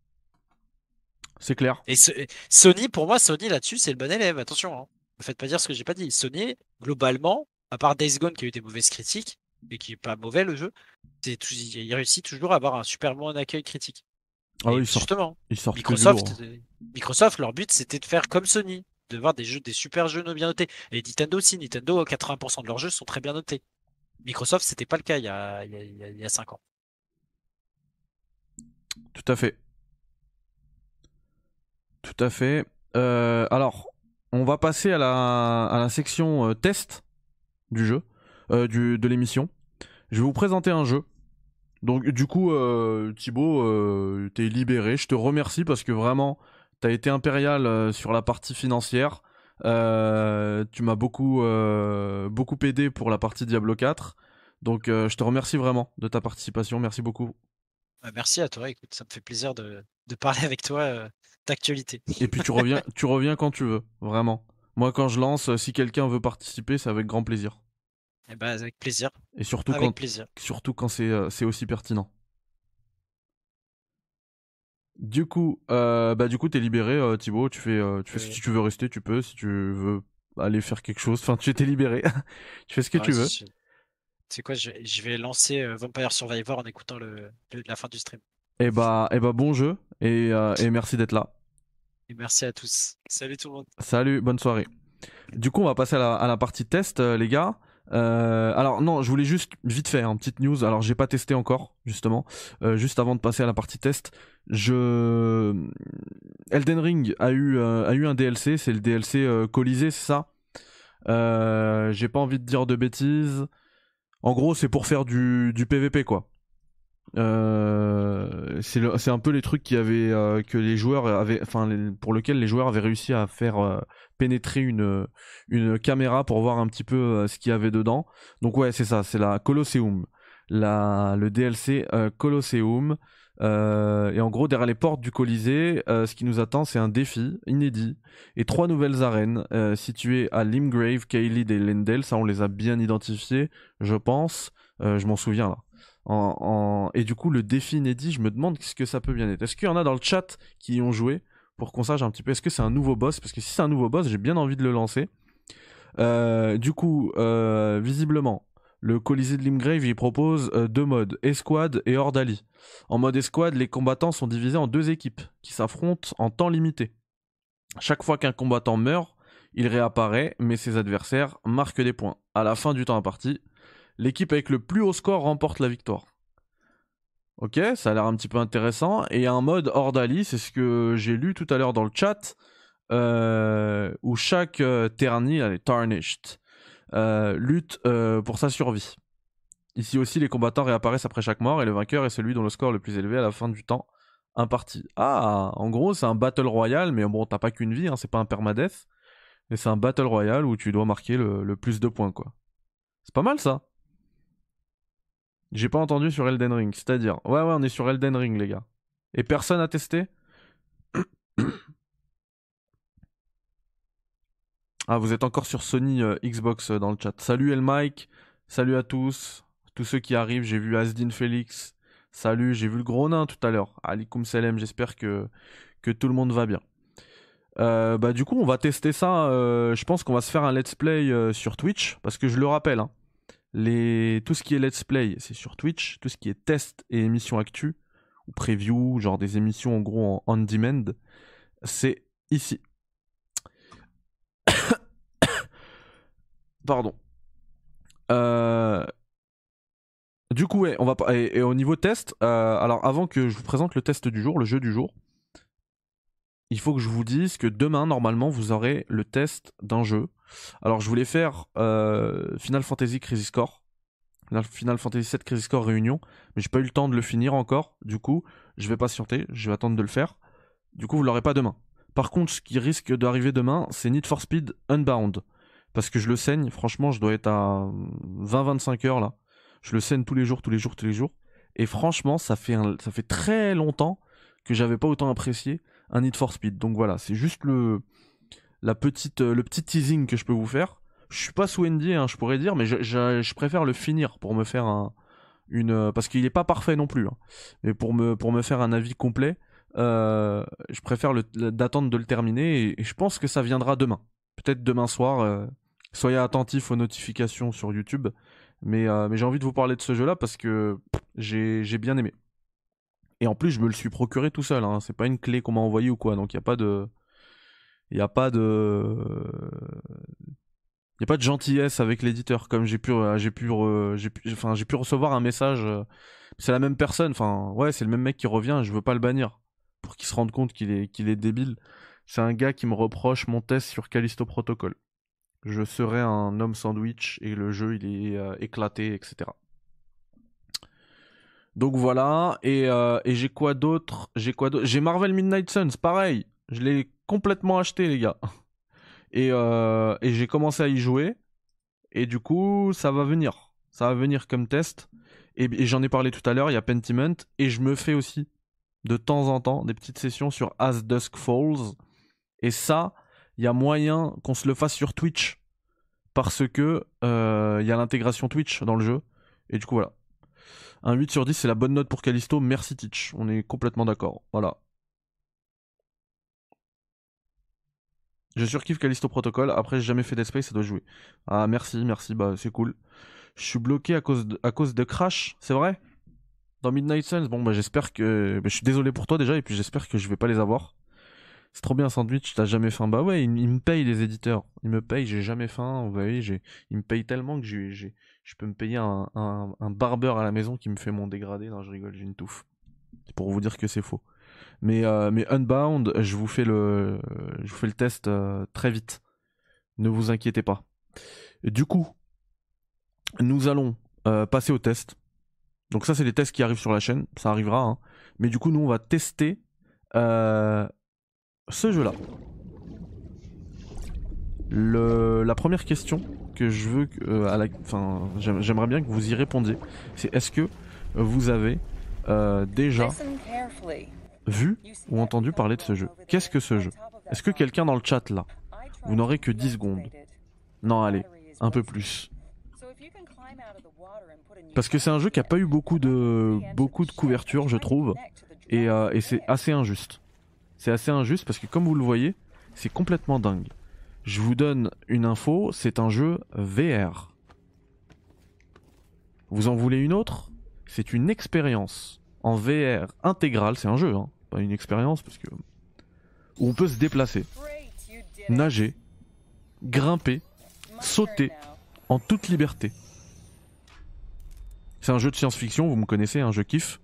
c'est clair. Et ce- Sony, pour moi, Sony là-dessus, c'est le bon élève. Attention, hein. Ne faites pas dire ce que j'ai pas dit. Sony, globalement, à part Days Gone qui a eu des mauvaises critiques, et qui est pas mauvais le jeu, c'est tout- il réussit toujours à avoir un super bon accueil critique. Ah oui, Et ils sortent, justement, ils sortent que du lourd, Microsoft, hein. euh, Microsoft, leur but, c'était de faire comme Sony, de voir des jeux, des super jeux bien notés. Et Nintendo aussi, Nintendo, quatre-vingts pour cent de leurs jeux sont très bien notés. Microsoft, c'était pas le cas il y a, il y a, il y a il y a cinq ans. Tout à fait. Tout à fait. Euh, alors, on va passer à la, à la section euh, test du jeu, euh, du, de l'émission. Je vais vous présenter un jeu. Donc, du coup, euh, Thibaut, euh, t'es libéré. Je te remercie parce que vraiment, t'as été impérial euh, sur la partie financière. Euh, tu m'as beaucoup, euh, beaucoup aidé pour la partie Diablo quatre. Donc, euh, je te remercie vraiment de ta participation. Merci beaucoup. Euh, merci à toi, écoute, ça me fait plaisir de, de parler avec toi euh, d'actualité. Et puis, tu reviens, tu reviens quand tu veux, vraiment. Moi, quand je lance, euh, si quelqu'un veut participer, c'est avec grand plaisir. Eh ben, avec plaisir, Et surtout avec quand, plaisir. surtout quand c'est euh, c'est aussi pertinent. Du coup, euh, bah du coup, t'es libéré, euh, Thibaut. Tu fais, euh, tu fais ce- Euh, si tu veux rester, tu peux. Si tu veux aller faire quelque chose, enfin, tu étais libéré. Tu fais ce que tu vas-y, veux. je- c'est quoi, je, je vais lancer euh, Vampire Survivor en écoutant le, le- la fin du stream. Et bah, et bah, bon jeu et, euh, et merci d'être là. Et merci à tous. Salut tout le monde. Salut, bonne soirée. Du coup, on va passer à la, à la partie test, euh, les gars. Euh, alors non, je voulais juste vite faire une petite news. Alors j'ai pas testé encore, justement. Euh, juste avant de passer à la partie test, je Elden Ring a eu euh, a eu un D L C. C'est le D L C euh, Colisée, c'est ça. Euh, j'ai pas envie de dire de bêtises. En gros, c'est pour faire du, du P V P, quoi. Euh, c'est le- c'est un peu les trucs qui avaient euh, que les joueurs avaient, enfin les- pour lequel les joueurs avaient réussi à faire euh, pénétrer une une caméra pour voir un petit peu euh, ce qu'il y avait dedans. Donc ouais, c'est ça, c'est la Colosseum, la le D L C euh, Colosseum. Euh, et en gros, derrière les portes du Colisée, euh, ce qui nous attend, c'est un défi inédit et trois nouvelles arènes euh, situées à Limgrave, Caelid et Lendel. Ça, on les a bien identifiées, je pense. Euh, je m'en souviens là. En, en- Et du coup, le défi inédit, je me demande ce que ça peut bien être. Est-ce qu'il y en a dans le chat qui y ont joué pour qu'on sache un petit peu, est-ce que c'est un nouveau boss? Parce que si c'est un nouveau boss, j'ai bien envie de le lancer. Euh, du coup, euh, visiblement, le Colisée de Limgrave, il propose euh, deux modes, Escouade et Ordalie. En mode Escouade, les combattants sont divisés en deux équipes qui s'affrontent en temps limité. Chaque fois qu'un combattant meurt, il réapparaît, mais ses adversaires marquent des points. À la fin du temps imparti, l'équipe avec le plus haut score remporte la victoire. Ok, ça a l'air un petit peu intéressant. Et il y a un mode Ordalie, c'est ce que j'ai lu tout à l'heure dans le chat, euh, où chaque euh, terni, allez, tarnished, euh, lutte euh, pour sa survie. Ici aussi, les combattants réapparaissent après chaque mort et le vainqueur est celui dont le score est le plus élevé à la fin du temps imparti. Ah, en gros, c'est un battle royale, mais bon, t'as pas qu'une vie, hein, c'est pas un permadeath. Et c'est un Battle Royale où tu dois marquer le, le plus de points, quoi. C'est pas mal, ça. J'ai pas entendu sur Elden Ring, c'est-à-dire... Ouais, ouais, on est sur Elden Ring, les gars. Et personne a testé? Ah, vous êtes encore sur Sony euh, Xbox euh, dans le chat. Salut El Mike, salut à tous. Tous ceux qui arrivent, j'ai vu Asdin Félix. Salut, j'ai vu le gros nain tout à l'heure. Alikum Salem, j'espère que, que tout le monde va bien. Euh, bah du coup, on va tester ça. euh, je pense qu'on va se faire un let's play euh, sur Twitch. Parce que je le rappelle, hein, les... tout ce qui est let's play, c'est sur Twitch. Tout ce qui est test et émissions actu, ou preview, genre des émissions en gros en on demand, c'est ici. Pardon. Euh... Du coup, ouais, on va et, et au niveau test, euh, alors avant que je vous présente le test du jour, le jeu du jour, il faut que je vous dise que demain, normalement, vous aurez le test d'un jeu. Alors, je voulais faire euh, Final Fantasy Crisis Core, Final Fantasy sept Crisis Core Réunion, mais j'ai pas eu le temps de le finir encore. Du coup, je vais patienter, je vais attendre de le faire. Du coup, vous l'aurez pas demain. Par contre, ce qui risque d'arriver demain, c'est Need for Speed Unbound. Parce que je le saigne, franchement, je dois être à vingt à vingt-cinq heures là. Je le saigne tous les jours, tous les jours, tous les jours. Et franchement, ça fait, un, ça fait très longtemps que j'avais pas autant apprécié un Need for Speed. Donc voilà, c'est juste le, la petite, le petit teasing que je peux vous faire. Je suis pas sous N D A, hein, je pourrais dire, mais je, je, je préfère le finir pour me faire un, une... Parce qu'il est pas parfait non plus. Hein. Mais pour me, pour me faire un avis complet, euh, je préfère le, d'attendre de le terminer et, et je pense que ça viendra demain. Peut-être demain soir. Euh, soyez attentifs aux notifications sur YouTube. Mais, euh, mais j'ai envie de vous parler de ce jeu-là parce que j'ai, j'ai bien aimé. Et en plus, je me le suis procuré tout seul. Hein. C'est pas une clé qu'on m'a envoyée ou quoi. Donc il n'y a pas de. Il n'y a pas de. Il n'y a pas de gentillesse avec l'éditeur. Comme j'ai pu, euh, j'ai pu, euh, j'ai pu, enfin, j'ai pu recevoir un message. Euh, c'est la même personne. Enfin, ouais, c'est le même mec qui revient. Je veux pas le bannir pour qu'il se rende compte qu'il est, qu'il est débile. C'est un gars qui me reproche mon test sur Callisto Protocol. Je serais un homme sandwich et le jeu il est euh, éclaté, et cetera. Donc voilà, et, euh, et j'ai quoi d'autre J'ai quoi d'autre J'ai Marvel Midnight Suns, pareil. Je l'ai complètement acheté, les gars. Et, euh, et j'ai commencé à y jouer. Et du coup, ça va venir. Ça va venir comme test. Et, et j'en ai parlé tout à l'heure, il y a Pentiment. Et je me fais aussi, de temps en temps, des petites sessions sur As Dusk Falls. Et ça, il y a moyen qu'on se le fasse sur Twitch. Parce que euh, y a l'intégration Twitch dans le jeu. Et du coup, voilà. Un huit sur dix, c'est la bonne note pour Callisto. Merci Teach. On est complètement d'accord. Voilà. Je surkiffe Callisto Protocol. Après, j'ai jamais fait Dead Space, ça doit jouer. Ah, merci, merci. Bah, c'est cool. Je suis bloqué à cause de, à cause de Crash, c'est vrai? Dans Midnight Suns. Bon, bah, j'espère que. Bah, je suis désolé pour toi déjà, et puis j'espère que je vais pas les avoir. C'est trop bien, Sandwich, t'as jamais faim. Bah ouais, ils, ils me payent, les éditeurs. Ils me payent, j'ai jamais faim. Vous voyez, j'ai, ils me payent tellement que j'ai, j'ai, je peux me payer un, un, un barbeur à la maison qui me fait mon dégradé. Non, je rigole, j'ai une touffe. C'est pour vous dire que c'est faux. Mais, euh, mais Unbound, je vous fais le, je vous fais le test euh, très vite. Ne vous inquiétez pas. Du coup, nous allons euh, passer au test. Donc ça, c'est les tests qui arrivent sur la chaîne. Ça arrivera. Hein. Mais du coup, nous, on va tester euh, ce jeu-là. Le, la première question que je veux, euh, à la, enfin, j'aimerais bien que vous y répondiez, c'est est-ce que vous avez euh, déjà vu ou entendu parler de ce jeu? Qu'est-ce que ce jeu? Est-ce que quelqu'un dans le chat là? Vous n'aurez que dix secondes. Non, allez, un peu plus. Parce que c'est un jeu qui a pas eu beaucoup de, beaucoup de couverture, je trouve, et, euh, et c'est assez injuste. C'est assez injuste parce que comme vous le voyez, c'est complètement dingue. Je vous donne une info, c'est un jeu V R. Vous en voulez une autre? C'est une expérience en V R intégrale, c'est un jeu, hein, pas une expérience parce que où on peut se déplacer, nager, grimper, sauter en toute liberté. C'est un jeu de science-fiction, vous me connaissez, un jeu kiffe.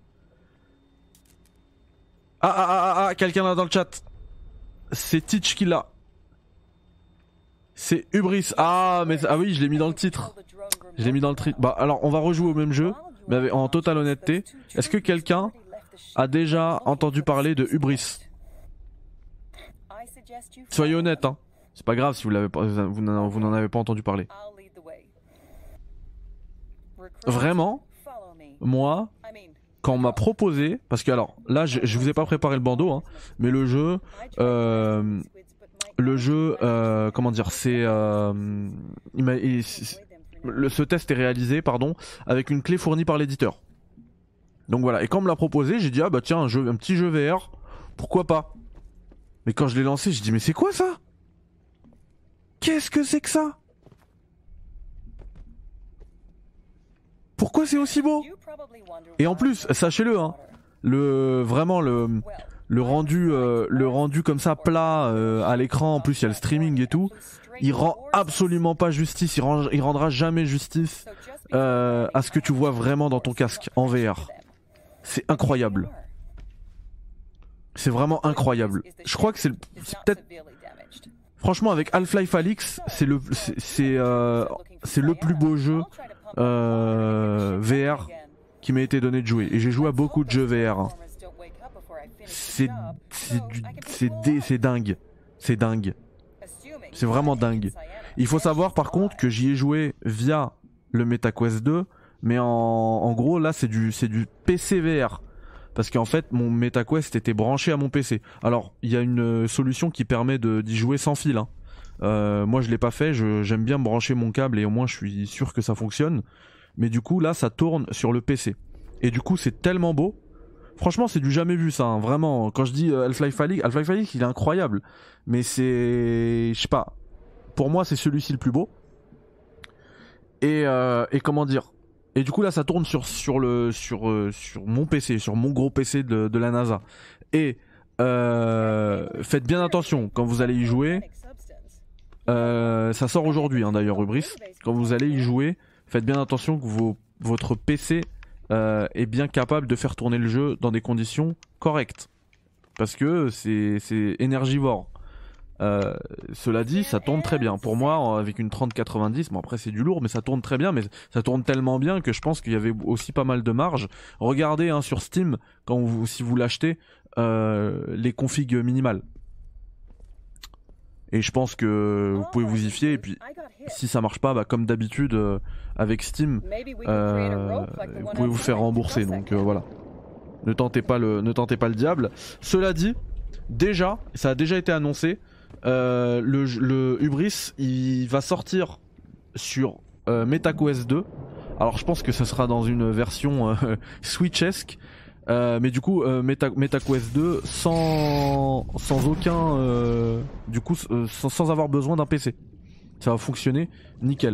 Ah ah ah ah, ah quelqu'un là dans le chat. C'est Teach qui l'a. C'est Hubris. Ah mais ah oui, je l'ai mis dans le titre. Je l'ai mis dans le titre. Bah alors on va rejouer au même jeu, mais avec, en totale honnêteté. Est-ce que quelqu'un a déjà entendu parler de Hubris? Soyez honnête, hein. C'est pas grave si vous l'avez pas, vous n'en vous n'en avez pas entendu parler. Vraiment, moi, quand on m'a proposé, parce que alors là, je, je vous ai pas préparé le bandeau, hein, mais le jeu, euh, le jeu, euh, comment dire, c'est, euh, il m'a, il, le, ce test est réalisé, pardon, avec une clé fournie par l'éditeur. Donc voilà, et quand on me l'a proposé, j'ai dit ah bah tiens, un jeu, un petit jeu V R, pourquoi pas. Mais quand je l'ai lancé, j'ai dit mais c'est quoi ça? Qu'est-ce que c'est que ça? Pourquoi c'est aussi beau? Et en plus, sachez-le, hein, le vraiment le le rendu euh, le rendu comme ça plat euh, à l'écran, en plus il y a le streaming et tout, il rend absolument pas justice, il, rend, il rendra jamais justice euh, à ce que tu vois vraiment dans ton casque en V R. C'est incroyable. C'est vraiment incroyable. Je crois que c'est peut-être, franchement, avec Half-Life Alyx, c'est le c'est c'est, euh, c'est le plus beau jeu euh, V R qui m'a été donné de jouer. Et j'ai joué à beaucoup de jeux V R. Hein. C'est c'est du c'est c'est dingue, c'est dingue, c'est vraiment dingue. Il faut savoir par contre que j'y ai joué via le MetaQuest deux, mais en, en gros là c'est du c'est du P C V R. Parce qu'en fait mon MetaQuest était branché à mon P C. Alors il y a une solution qui permet de d'y jouer sans fil. Hein. Euh, moi je l'ai pas fait, je, j'aime bien brancher mon câble et au moins je suis sûr que ça fonctionne. Mais du coup là ça tourne sur le P C. Et du coup c'est tellement beau. Franchement c'est du jamais vu ça, hein. Vraiment. Quand je dis Half-Life Alyx, Half-Life Alyx il est incroyable. Mais c'est... je sais pas. Pour moi c'est celui-ci le plus beau. Et, euh, et comment dire, et du coup là ça tourne sur, sur, le, sur, euh, sur mon P C, sur mon gros P C de, de la NASA. Et euh, faites bien attention quand vous allez y jouer. Euh, ça sort aujourd'hui hein, d'ailleurs Ubris. Quand vous allez y jouer, faites bien attention que vos, votre P C euh, est bien capable de faire tourner le jeu dans des conditions correctes. Parce que c'est, c'est énergivore. Euh, cela dit, ça tourne très bien. Pour moi, avec une trente quatre-vingt-dix, bon après c'est du lourd, mais ça tourne très bien. Mais ça tourne tellement bien que je pense qu'il y avait aussi pas mal de marge. Regardez hein, sur Steam, quand vous, si vous l'achetez, euh, les configs minimales. Et je pense que vous pouvez vous y fier. Et puis, si ça marche pas, bah, comme d'habitude euh, avec Steam, euh, vous pouvez vous faire rembourser. Donc euh, voilà. Ne tentez pas le, ne tentez pas le diable. Cela dit, déjà, ça a déjà été annoncé. Euh, le, le Ubris il va sortir sur euh, MetaQuest deux. Alors je pense que ce sera dans une version euh, Switch-esque, euh, mais du coup euh, Meta, MetaQuest deux sans, sans aucun euh, du coup euh, sans, sans avoir besoin d'un P C. Ça va fonctionner nickel.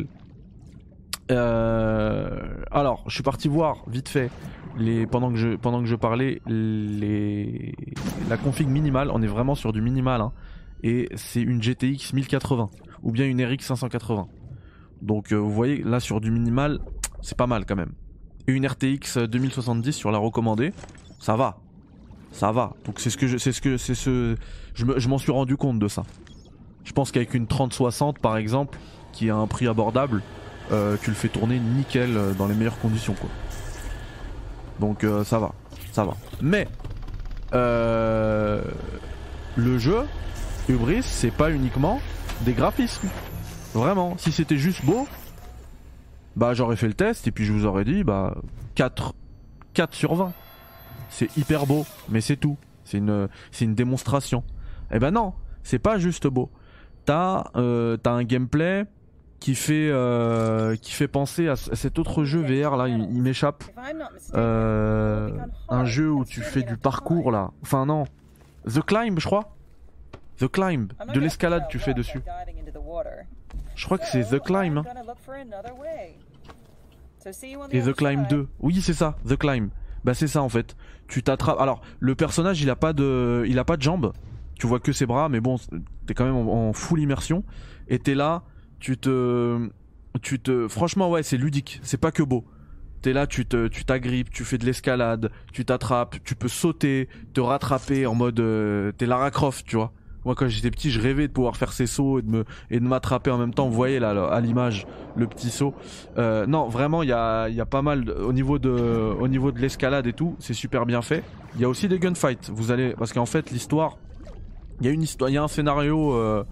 Euh, alors je suis parti voir vite fait les, pendant, que je, pendant que je parlais les, la config minimale. On est vraiment sur du minimal hein. Et c'est une G T X mille quatre-vingts ou bien une R X cinq cent quatre-vingts. Donc euh, vous voyez là sur du minimal c'est pas mal quand même. Et une R T X deux mille soixante-dix sur la recommandée, ça va, ça va. Donc c'est ce que je, c'est ce que c'est ce, je, me, je m'en suis rendu compte de ça. Je pense qu'avec une trente soixante par exemple, qui a un prix abordable, euh, tu le fais tourner nickel dans les meilleures conditions quoi. Donc euh, ça va, ça va. Mais euh, le jeu Ubris, c'est pas uniquement des graphismes. Vraiment, si c'était juste beau, bah j'aurais fait le test et puis je vous aurais dit bah quatre, quatre sur vingt. C'est hyper beau, mais c'est tout. C'est une, c'est une démonstration. Eh ben non, c'est pas juste beau. T'as, euh, t'as un gameplay qui fait, euh, qui fait penser à cet autre jeu V R là, il, il m'échappe. Euh, un jeu où tu fais du parcours là. Enfin non, The Climb je crois. The Climb, de l'escalade tu fais dessus. Je crois que c'est The Climb. Hein. Et The Climb deux. Oui, c'est ça, The Climb. Bah c'est ça en fait. Tu t'attrapes. Alors, le personnage, il a pas de il a pas de jambes. Tu vois que ses bras, mais bon, t'es quand même en, en full immersion et t'es là, tu te tu te franchement ouais, c'est ludique, c'est pas que beau. T'es là, tu te, tu t'agrippes, tu fais de l'escalade, tu t'attrapes, tu peux sauter, te rattraper en mode euh, t'es Lara Croft, tu vois. Moi quand j'étais petit je rêvais de pouvoir faire ces sauts et de me et de m'attraper en même temps. Vous voyez là à l'image le petit saut. Euh, non vraiment il y a il y a pas mal de, au niveau de au niveau de l'escalade et tout c'est super bien fait. Il y a aussi des gunfights. Vous allez parce qu'en fait l'histoire il y a une histoire il y a un scénario euh,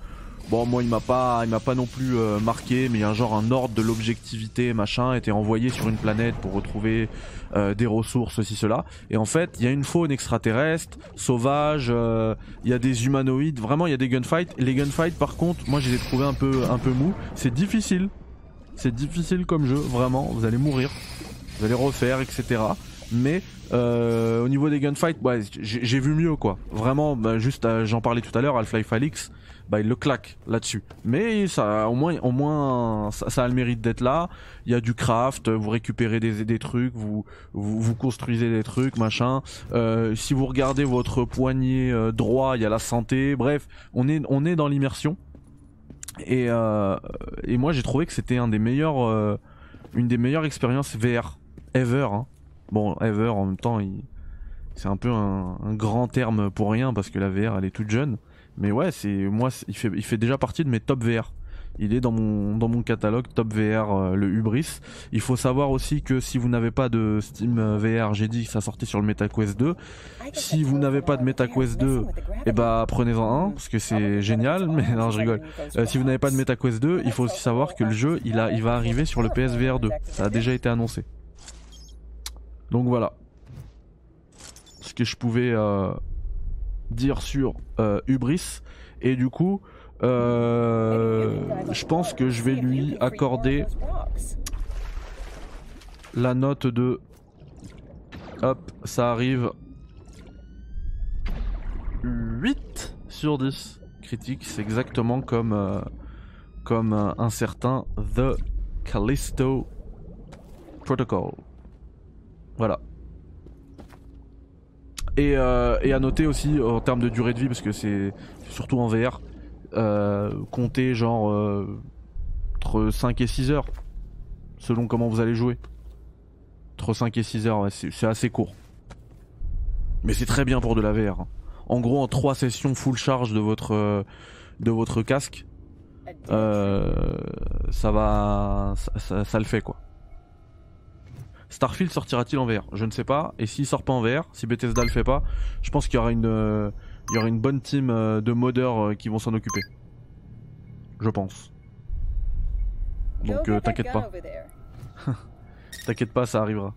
Bon, moi, il m'a pas, il m'a pas non plus euh, marqué, mais il y a un genre un ordre de l'objectivité, machin, était envoyé sur une planète pour retrouver euh, des ressources, ceci, cela. Et en fait, il y a une faune extraterrestre, sauvage, euh, il y a des humanoïdes, vraiment, il y a des gunfights. Les gunfights, par contre, moi, je les ai trouvés un peu, un peu mous. C'est difficile. C'est difficile comme jeu, vraiment. Vous allez mourir. Vous allez refaire, et cetera. Mais euh, au niveau des gunfights, ouais, j'ai vu mieux, quoi. Vraiment, bah, juste, euh, j'en parlais tout à l'heure, Half-Life Alyx. Bah il le claque là-dessus. Mais ça, au moins, au moins, ça, ça a le mérite d'être là. Il y a du craft, vous récupérez des, des trucs, vous, vous, vous construisez des trucs, machin. Euh, si vous regardez votre poignet euh, droit, il y a la santé. Bref, on est, on est dans l'immersion. Et, euh, et moi j'ai trouvé que c'était un des meilleurs, euh, une des meilleures expériences V R ever. Hein. Bon, ever en même temps, il, c'est un peu un, un grand terme pour rien parce que la V R elle est toute jeune. Mais ouais, c'est moi, il fait, il fait déjà partie de mes top V R. Il est dans mon, dans mon catalogue top V R, euh, le Hubris. Il faut savoir aussi que si vous n'avez pas de Steam V R, j'ai dit que ça sortait sur le MetaQuest deux. Si vous n'avez pas de MetaQuest deux, eh bah prenez-en un parce que c'est génial. Mais non, je rigole. Euh, si vous n'avez pas de MetaQuest deux, il faut aussi savoir que le jeu, il a, il va arriver sur le P S V R deux. Ça a déjà été annoncé. Donc voilà. Ce que je pouvais euh, dire sur euh, Hubris. Et du coup, euh, je pense que je vais lui accorder la note de... Hop, ça arrive. huit sur dix. Critique, c'est exactement comme, euh, comme euh, un certain The Callisto Protocol. Voilà. Et, euh, et à noter aussi en termes de durée de vie, parce que c'est surtout en V R, euh, compter genre euh, entre cinq et six heures, selon comment vous allez jouer. Entre cinq et six heures, ouais, c'est assez court. Mais c'est très bien pour de la V R. Hein. En gros, en trois sessions full charge de votre, euh, de votre casque, euh, ça va, ça, ça, ça le fait quoi. Starfield sortira-t-il en V R? Je ne sais pas. Et s'il sort pas en V R, si Bethesda le fait pas, je pense qu'il y aura une, euh, il y aura une bonne team euh, de modeurs euh, qui vont s'en occuper. Je pense. Donc euh, t'inquiète pas. T'inquiète pas, ça arrivera.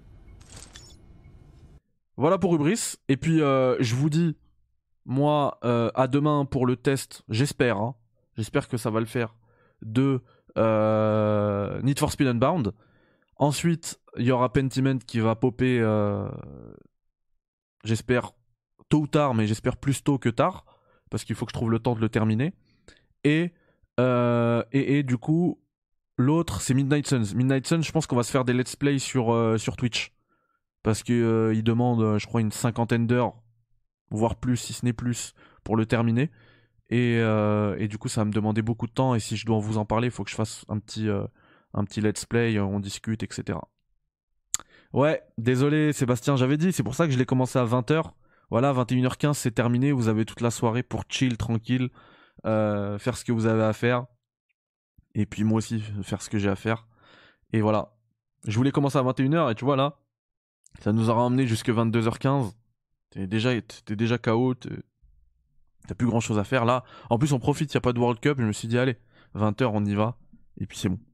Voilà pour Hubris. Et puis euh, je vous dis, moi, euh, à demain pour le test, j'espère. Hein, j'espère que ça va le faire. De euh, Need for Speed Unbound. Ensuite, il y aura Pentiment qui va popper, euh, j'espère, tôt ou tard, mais j'espère plus tôt que tard, parce qu'il faut que je trouve le temps de le terminer. Et, euh, et, et du coup, l'autre, c'est Midnight Suns. Midnight Suns, je pense qu'on va se faire des let's play sur, euh, sur Twitch. Parce qu'il euh, demande, je crois, une cinquantaine d'heures, voire plus, si ce n'est plus, pour le terminer. Et, euh, et du coup, ça va me demander beaucoup de temps, et si je dois vous en parler, il faut que je fasse un petit... Euh, un petit let's play, on discute, et cetera. Ouais, désolé Sébastien, j'avais dit, c'est pour ça que je l'ai commencé à vingt heures. Voilà, vingt et une heures quinze, c'est terminé, vous avez toute la soirée pour chill, tranquille, euh, faire ce que vous avez à faire. Et puis moi aussi, faire ce que j'ai à faire. Et voilà. Je voulais commencer à vingt et une heures, et tu vois là, ça nous aura emmené jusque vingt-deux heures quinze. T'es déjà, t'es déjà K O, t'as plus grand chose à faire là. En plus, on profite, il n'y a pas de World Cup, je me suis dit, allez, vingt heures, on y va, et puis c'est bon.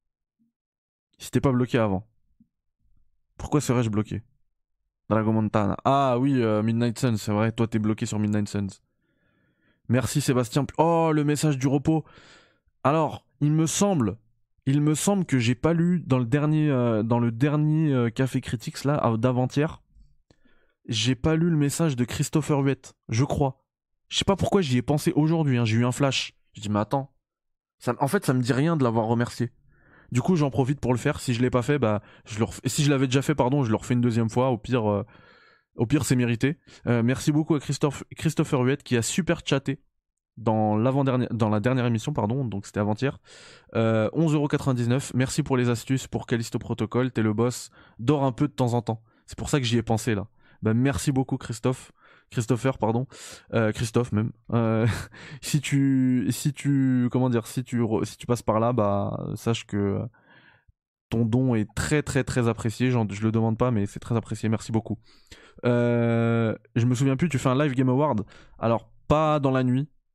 Si t'es pas bloqué avant. Pourquoi serais-je bloqué? Dragon Montana. Ah oui, euh, Midnight Suns, c'est vrai. Toi, t'es bloqué sur Midnight Suns. Merci Sébastien. Oh, le message du repos. Alors, il me semble, il me semble que j'ai pas lu dans le dernier, euh, dans le dernier euh, Café Critics là, d'avant-hier. J'ai pas lu le message de Christopher Huette, je crois. Je sais pas pourquoi j'y ai pensé aujourd'hui. Hein, j'ai eu un flash. Je dis mais attends, ça, en fait, ça me dit rien de l'avoir remercié. Du coup, j'en profite pour le faire. Si je l'ai pas fait, bah, je le refais. Si je l'avais déjà fait, pardon, je le refais une deuxième fois. Au pire, euh, au pire, c'est mérité. Euh, merci beaucoup à Christophe, Christopher Huette qui a super chatté dans l'avant-dernière, dans la dernière émission, pardon. Donc c'était avant-hier. Euh, onze euros quatre-vingt-dix-neuf. Merci pour les astuces pour Callisto Protocol. T'es le boss. Dors un peu de temps en temps. C'est pour ça que j'y ai pensé là. Bah, merci beaucoup Christophe. Christopher, pardon, euh, Christophe même. Euh, si tu, si tu, comment dire, si tu, si tu passes par là, bah sache que ton don est très très très apprécié. Genre, je le demande pas, mais c'est très apprécié. Merci beaucoup. Euh, je me souviens plus. Tu fais un live Game Award. Alors pas dans la nuit.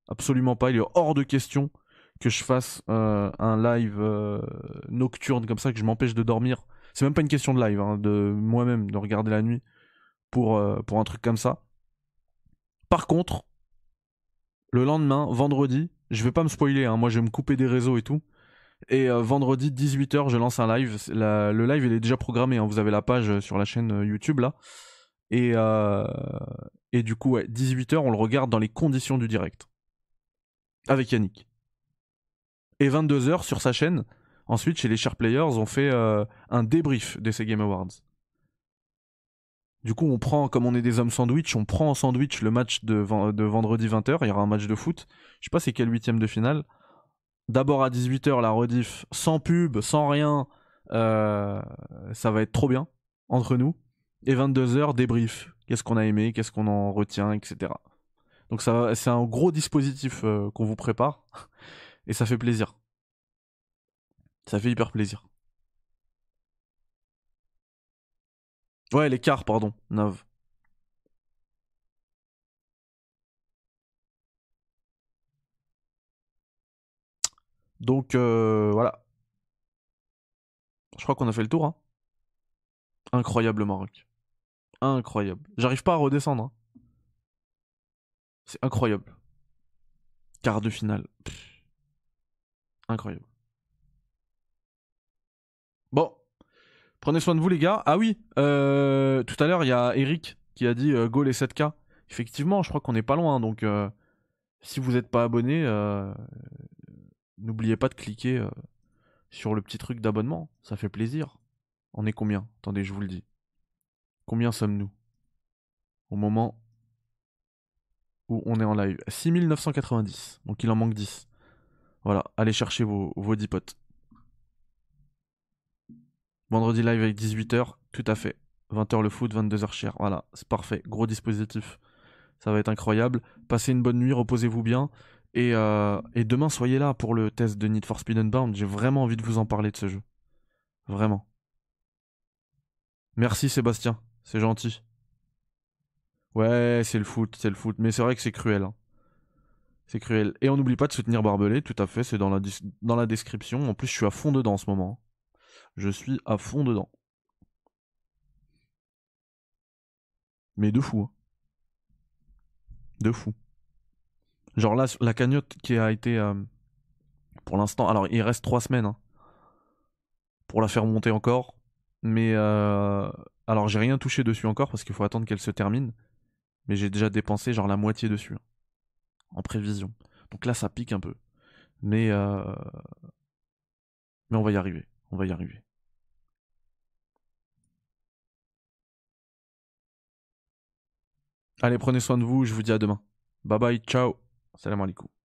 Absolument pas. Il est hors de question que je fasse euh, un live euh, nocturne comme ça, que je m'empêche de dormir. C'est même pas une question de live, hein, de moi-même, de regarder la nuit pour, euh, pour un truc comme ça. Par contre, le lendemain, vendredi, je vais pas me spoiler, hein, moi je vais me couper des réseaux et tout. Et euh, vendredi dix-huit heures, je lance un live. La- le live il est déjà programmé, hein, vous avez la page sur la chaîne euh, YouTube là. Et, euh, et du coup, ouais, dix-huit heures, on le regarde dans les conditions du direct. Avec Yannick. Et vingt-deux heures sur sa chaîne, ensuite chez les Share Players, on fait euh, un débrief de ces Game Awards. Du coup, on prend, comme on est des hommes sandwich, on prend en sandwich le match de, de vendredi vingt heures, il y aura un match de foot. Je sais pas c'est quel huitième de finale. D'abord à dix-huit heures, la rediff, sans pub, sans rien. Euh, ça va être trop bien, entre nous. Et vingt-deux heures, débrief. Qu'est-ce qu'on a aimé, qu'est-ce qu'on en retient, et cetera. Donc ça, c'est un gros dispositif euh, qu'on vous prépare. Et ça fait plaisir. Ça fait hyper plaisir. Ouais, les quarts, pardon, Nav. Donc euh, voilà. Je crois qu'on a fait le tour. Hein. Incroyable le Maroc. Incroyable. J'arrive pas à redescendre. Hein. C'est incroyable. Quart de finale. Pff, incroyable. Bon, prenez soin de vous les gars. Ah oui, euh, tout à l'heure il y a Eric qui a dit euh, go les sept K. Effectivement, je crois qu'on est pas loin. Donc euh, si vous n'êtes pas abonné, euh, n'oubliez pas de cliquer euh, sur le petit truc d'abonnement. Ça fait plaisir. On est combien? Attendez, je vous le dis. Combien sommes-nous au moment où on est en live? six mille neuf cent quatre-vingt-dix. Donc il en manque dix. Voilà, allez chercher vos, vos dix potes. Vendredi live avec dix-huit heures, tout à fait. vingt heures le foot, vingt-deux heures cher. Voilà, c'est parfait. Gros dispositif. Ça va être incroyable. Passez une bonne nuit, reposez-vous bien. Et, euh, et demain, soyez là pour le test de Need for Speed Unbound. J'ai vraiment envie de vous en parler de ce jeu. Vraiment. Merci Sébastien, c'est gentil. Ouais, c'est le foot, c'est le foot. Mais c'est vrai que c'est cruel. Hein. C'est cruel. Et on n'oublie pas de soutenir Barbelé, tout à fait, c'est dans la, dis- dans la description. En plus, je suis à fond dedans en ce moment. Je suis à fond dedans. Mais de fou. Hein. De fou. Genre là, la cagnotte qui a été... euh, pour l'instant... Alors, il reste trois semaines hein, pour la faire monter encore. Mais... Euh, alors, j'ai rien touché dessus encore parce qu'il faut attendre qu'elle se termine. Mais j'ai déjà dépensé genre la moitié dessus. Hein, en prévision. Donc là, ça pique un peu. Mais... Euh, mais on va y arriver. On va y arriver. Allez, prenez soin de vous. Je vous dis à demain. Bye bye. Ciao. Salam alaikum.